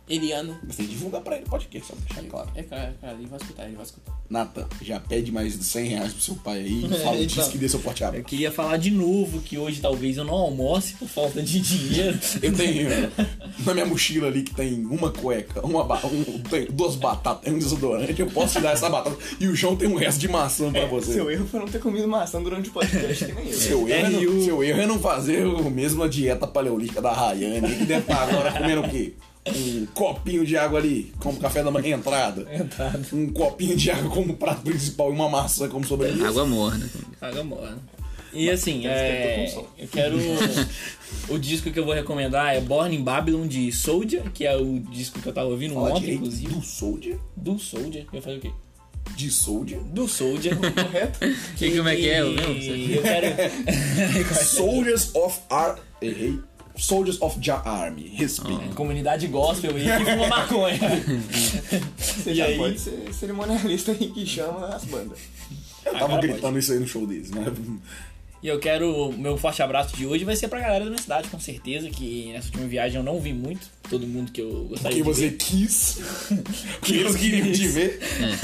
Eliana. Você tem que divulgar pra ele o podcast, só pra deixar claro. É claro, é claro, ele vai escutar, ele vai escutar. Nathan, já pede mais de cem reais pro seu pai aí e fala, diz Então, que dê seu forte Eu abraço. queria falar de novo que hoje talvez eu não almoce por falta de dinheiro. Eu tenho na minha mochila ali que tem uma cueca, uma ba- um, tem duas batatas e um desodorante. Eu posso te dar essa batata. E o João tem um resto de maçã pra você. Seu erro foi não ter comido maçã durante o podcast, que nem eu. Seu erro, é não, seu erro é não fazer a mesma dieta paleolítica da Rayane, que deve estar agora comendo o quê? Um copinho de água ali, como café da manhã, entrada. Entrada. Um copinho de água como prato principal e uma maçã como sobremesa. Água morna. Água morna. E assim, é, esquentou com eu quero. O disco que eu vou recomendar é Born in Babylon de Soldier, que é o disco que eu tava ouvindo Fala ontem, direito inclusive. do Soldier. Do Soldier. Eu falei o quê? De Soldier. Do Soldier, correto? Que, como é que é? E- Meu? Eu quero. Soldiers of Ar... Errei. Soldiers of Jah Army. Respeito. Comunidade gospel aí que fuma maconha. Você E já aí? pode ser cerimonialista aí que chama as bandas. Eu tava Agora gritando pode. isso aí no show deles, né? E eu quero. Meu forte abraço de hoje vai ser pra galera da minha cidade, com certeza. Que nessa última viagem eu não vi muito. Todo mundo que eu gostaria Porque de você ver. quis. Porque eles queriam te ver.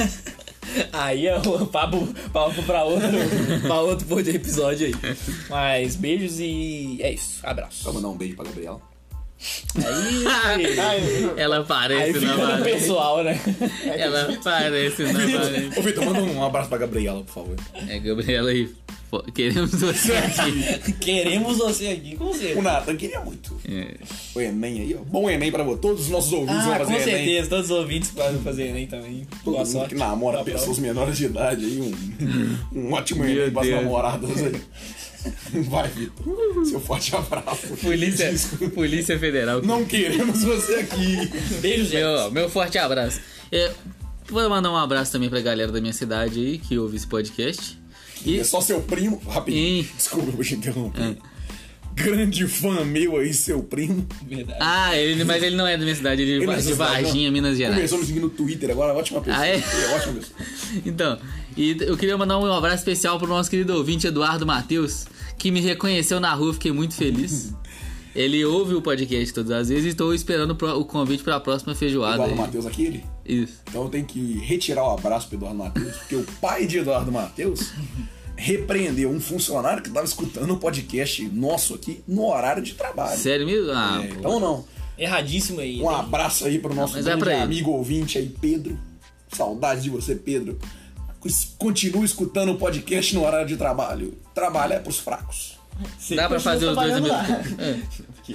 Aí é o papo, papo pra outro, pra outro pôr de episódio aí. Mas beijos e é isso. Abraço. Vou mandar um beijo pra Gabriela. Aí, Ela aí aparece fica na no varanda. pessoal, né? Ela aparece na varanda. Ô, Vitor, manda um abraço pra Gabriela, por favor. É, Gabriela aí. Pô, queremos você aqui. Queremos você aqui, com O certeza. Nathan queria muito. É. O Enem aí, ó. Bom Enem pra você. Todos os nossos ouvintes vão Ah, fazer com Enem. certeza. Todos os ouvintes podem fazer Enem também. Todo Boa mundo sorte. que namora Boa pessoas prova. menores de idade aí, um, um ótimo Meu Enem pras Deus. namoradas aí. Vai, Vitor. Seu forte abraço. Polícia, Polícia Federal. Não queremos você aqui. Beijo, gente. Meu, meu forte abraço. É, vou mandar um abraço também pra galera da minha cidade aí que ouve esse podcast. E É só seu primo. Rapidinho. E- Desculpa, eu vou te interromper. Grande fã meu aí, seu primo. Verdade. Ah, ele, mas ele não é da minha cidade, ele, Ele é não é de da cidade, Varginha, não. Minas Gerais. Começou a me seguir no Twitter agora, ótima pessoa. Ah, é? ótima pessoa. Então, e eu queria mandar um abraço especial pro nosso querido ouvinte Eduardo Matheus, que me reconheceu na rua, fiquei muito feliz. Ele ouve o podcast todas as vezes e estou esperando pro- o convite para a próxima feijoada. Eduardo aí. Matheus aqui, ele? Isso. Então eu tenho que retirar o abraço pro Eduardo Matheus, porque o pai de Eduardo Matheus repreendeu um funcionário que estava escutando o podcast nosso aqui no horário de trabalho. Sério mesmo? Ah, É, pô. então não. Erradíssimo aí. Um abraço aí pro nosso mas é grande pra ele. amigo ouvinte aí, Pedro. Saudade de você, Pedro. Continue escutando o podcast no horário de trabalho. Trabalho é pros fracos. Você Dá pra continua fazer os dois ao trabalhando mesmo lá. tempo. É. Porque-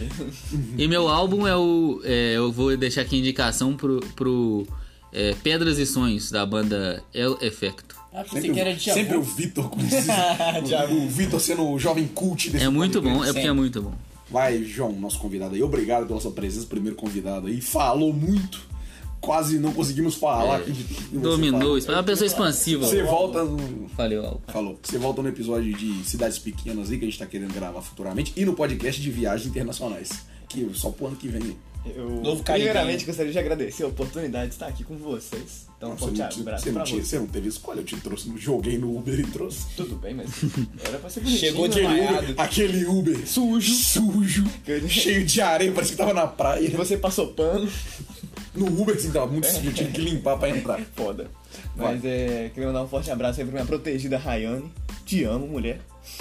E meu álbum é o. é, eu vou deixar aqui a indicação pro, pro é, Pedras e Sonhos, da banda El Efecto. Ah, pensei Sempre, que era o- de sempre o avô. Vitor com esse- o, o Vitor sendo o jovem cult desse É muito podcast. bom, é porque é muito bom. Vai, João, nosso convidado aí. Obrigado pela sua presença, primeiro convidado aí. Falou muito. Quase não conseguimos falar. aqui de tudo que você Dominou, falou. é uma pessoa expansiva. Você volta no... Valeu, álbum. Falou. Você volta no episódio de cidades pequenas aí que a gente tá querendo gravar futuramente. E no podcast de viagens internacionais. Que só pro ano que vem. Eu, Novo Caribenho. primeiramente, gostaria de agradecer a oportunidade de estar aqui com vocês. Então, um Você forte não, abraço você, não pra tinha, você. você não teve escolha, eu te trouxe, joguei no Uber e trouxe. Tudo bem, mas era pra ser bonitinho. Chegou de né? Aquele Vaiado. Uber, aquele Uber sujo, sujo, cheio de areia, parece que tava na praia. E você passou pano. No Uber, assim, tava muito sujo, eu tive que limpar pra entrar. Foda. Mas é, queria mandar um forte abraço aí pra minha protegida Rayane. Te amo, mulher.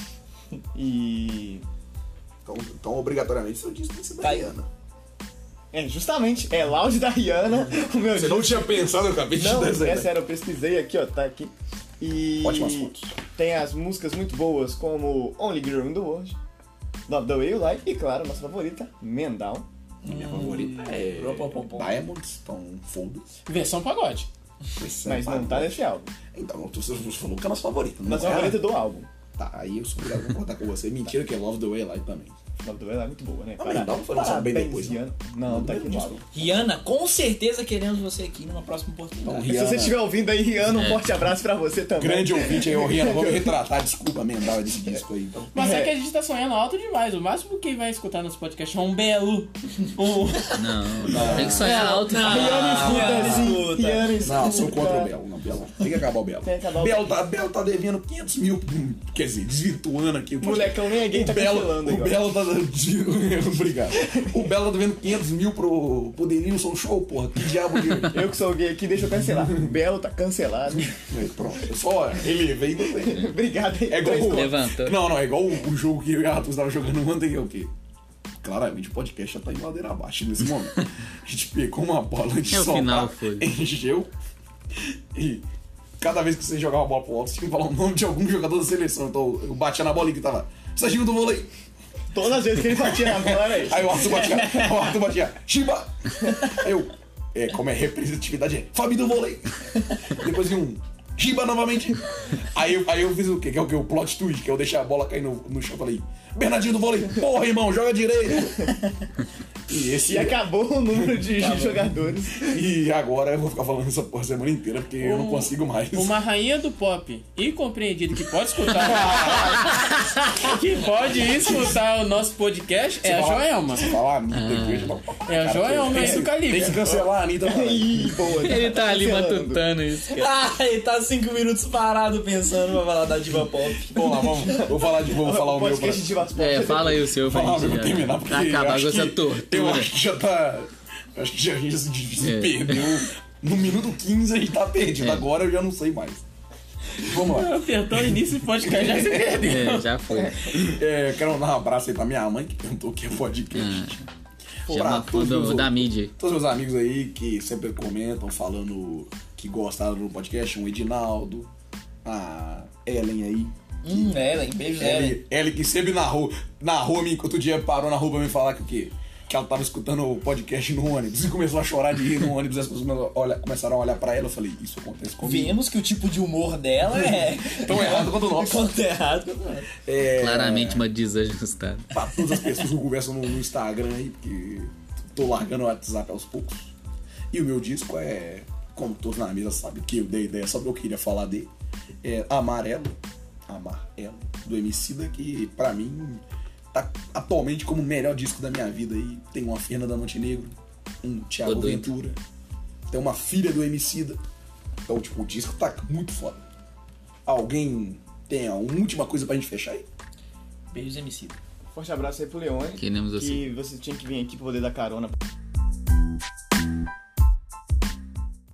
E. Então, então obrigatoriamente, você disse que Tá aí. Diana. É, justamente, é Loud da Rihanna. O meu Você não tinha pensado, eu acabei de Não, te dar essa é ideia. sério, eu pesquisei aqui, ó, tá aqui. E Ótimas fotos. tem as músicas muito boas como Only Girl in the World, Love the Way You Like e, claro, nossa favorita, Man Down. Minha favorita é Pom, pom, pom. Diamonds, então foda-se. Versão pagode. Esse Mas é não tá pagode. nesse álbum. Então, você falou que é a nossa favorita. Não Nossa é? favorita do álbum. Tá, aí eu sou obrigado a concordar com você. Mentira que é Love the Way I Like também. Love the Way You Like é muito boa, né? Ah, Man Down foi lançado bem depois, não? Rihanna. Não, tá aqui no álbum. Rihanna, com certeza queremos você aqui numa próxima Então, oportunidade. E se Rihanna, você estiver ouvindo aí, Rihanna, um forte abraço pra você também. grande ouvinte aí, ô Rihanna, vou me retratar, desculpa, Mendal desse disco aí. Então. Mas é. É. que a gente tá sonhando alto demais. O máximo que vai escutar nosso podcast é um belo. Um... Não, não. Tem que sonhar alto. Rihanna escuta, sim. escuta. Rihanna escuta. Não, sou contra o Belo, não. Belo. Tem que acabar o Belo. Tem que acabar o Belo tá, Belo tá devendo quinhentos mil, quer dizer, desvirtuando aqui. O molecão nem é gay, o tá Belo, cancelando O agora. Belo tá... Obrigado. O Belo tá devendo quinhentos mil pro, pro Denilson Show, porra. Que diabo de... Eu que sou gay aqui, deixa eu cancelar. O Belo tá cancelado. É, pronto. Eu só elevei e botei. Obrigado aí. É igual o... Levantou. Não, não, é igual o, o jogo que eu e a Arthur tava jogando ontem, que é o quê? Claramente o podcast já tá em ladeira abaixo nesse momento. A gente pegou uma bola de É o soltar, final, foi. encheu, e cada vez que você jogava a bola pro alto, você tinha que falar o nome de algum jogador da seleção. Então eu batia na bola e que tava, Serginho do vôlei. Todas as vezes que ele batia na bola era isso. Aí o Arthur batia, o Arthur batia, Chiba. Aí eu, é, como é representatividade, é Fabi do vôlei. Depois vinha um, Chiba novamente. Aí, eu- aí eu fiz o quê? Que é o que? O plot twist, que eu deixei a bola cair no, no chão e falei, Bernardinho do vôlei, porra, irmão, joga direito. E esse E acabou o número de jogadores. E agora eu vou ficar falando essa porra a semana inteira, porque eu não consigo mais. Uma rainha do pop incompreendida que pode escutar que pode escutar o nosso podcast é a Fala- Joelma. Se falar a Anitta aqui, eu já tô- É a Cara, Joelma tem aí que- do Calibre. Tem que cancelar a Anitta. cara. Ih, boa. Ele tá ali cancelando. matutando isso, cara. Ah, ele tá cinco minutos parado pensando pra falar da diva pop. Vamos lá, vamos. Vou falar, de, vou falar o meu pra... podcast de Divas Pop. É, fala aí o seu pra Falar o gente meu pra já terminar, porque eu acabar acho com essa que- Eu tortura. acho que já tá... eu Acho que já, a gente já se, se É. perdeu. No minuto quinze a gente tá perdido. É. Agora eu já não sei mais. Vamos lá. Apertou o início do podcast, já se perdeu. É, já foi. É, quero dar um abraço aí pra minha mãe, que perguntou o que é podcast. Pra Chama todos do, meus da mídia. Todos meus amigos aí que sempre comentam, falando que gostaram do podcast, o Edinaldo, a Ellen aí. Hum, Ellen, beijo, Ellen. Ellen, Ellen que sempre narrou, narrou me, outro dia parou na rua pra me falar que o quê? Que ela tava escutando o podcast no ônibus e começou a chorar de rir no ônibus e as pessoas olha- começaram a olhar pra ela. Eu falei, isso acontece comigo. Vemos que o tipo de humor dela é Tão errado quanto o nosso. Quanto errado quanto o nosso. É, Claramente uma desajustada. pra todas as pessoas que conversam no, no Instagram aí, porque tô largando o WhatsApp aos poucos. E o meu disco é, como todos na mesa sabem, que eu dei ideia, só que eu queria falar dele. É Amarelo, Amarelo, do Emicida, que pra mim tá atualmente como o melhor disco da minha vida aí. Tem uma Fernanda Montenegro, um Thiago Tô doido. Ventura, tem uma filha do Emicida. Então, tipo, o disco tá muito foda. Alguém tem uma última coisa pra gente fechar aí? Beijos, M C. Forte abraço aí pro Leone. Queremos você. Que você tinha que vir aqui pra poder dar carona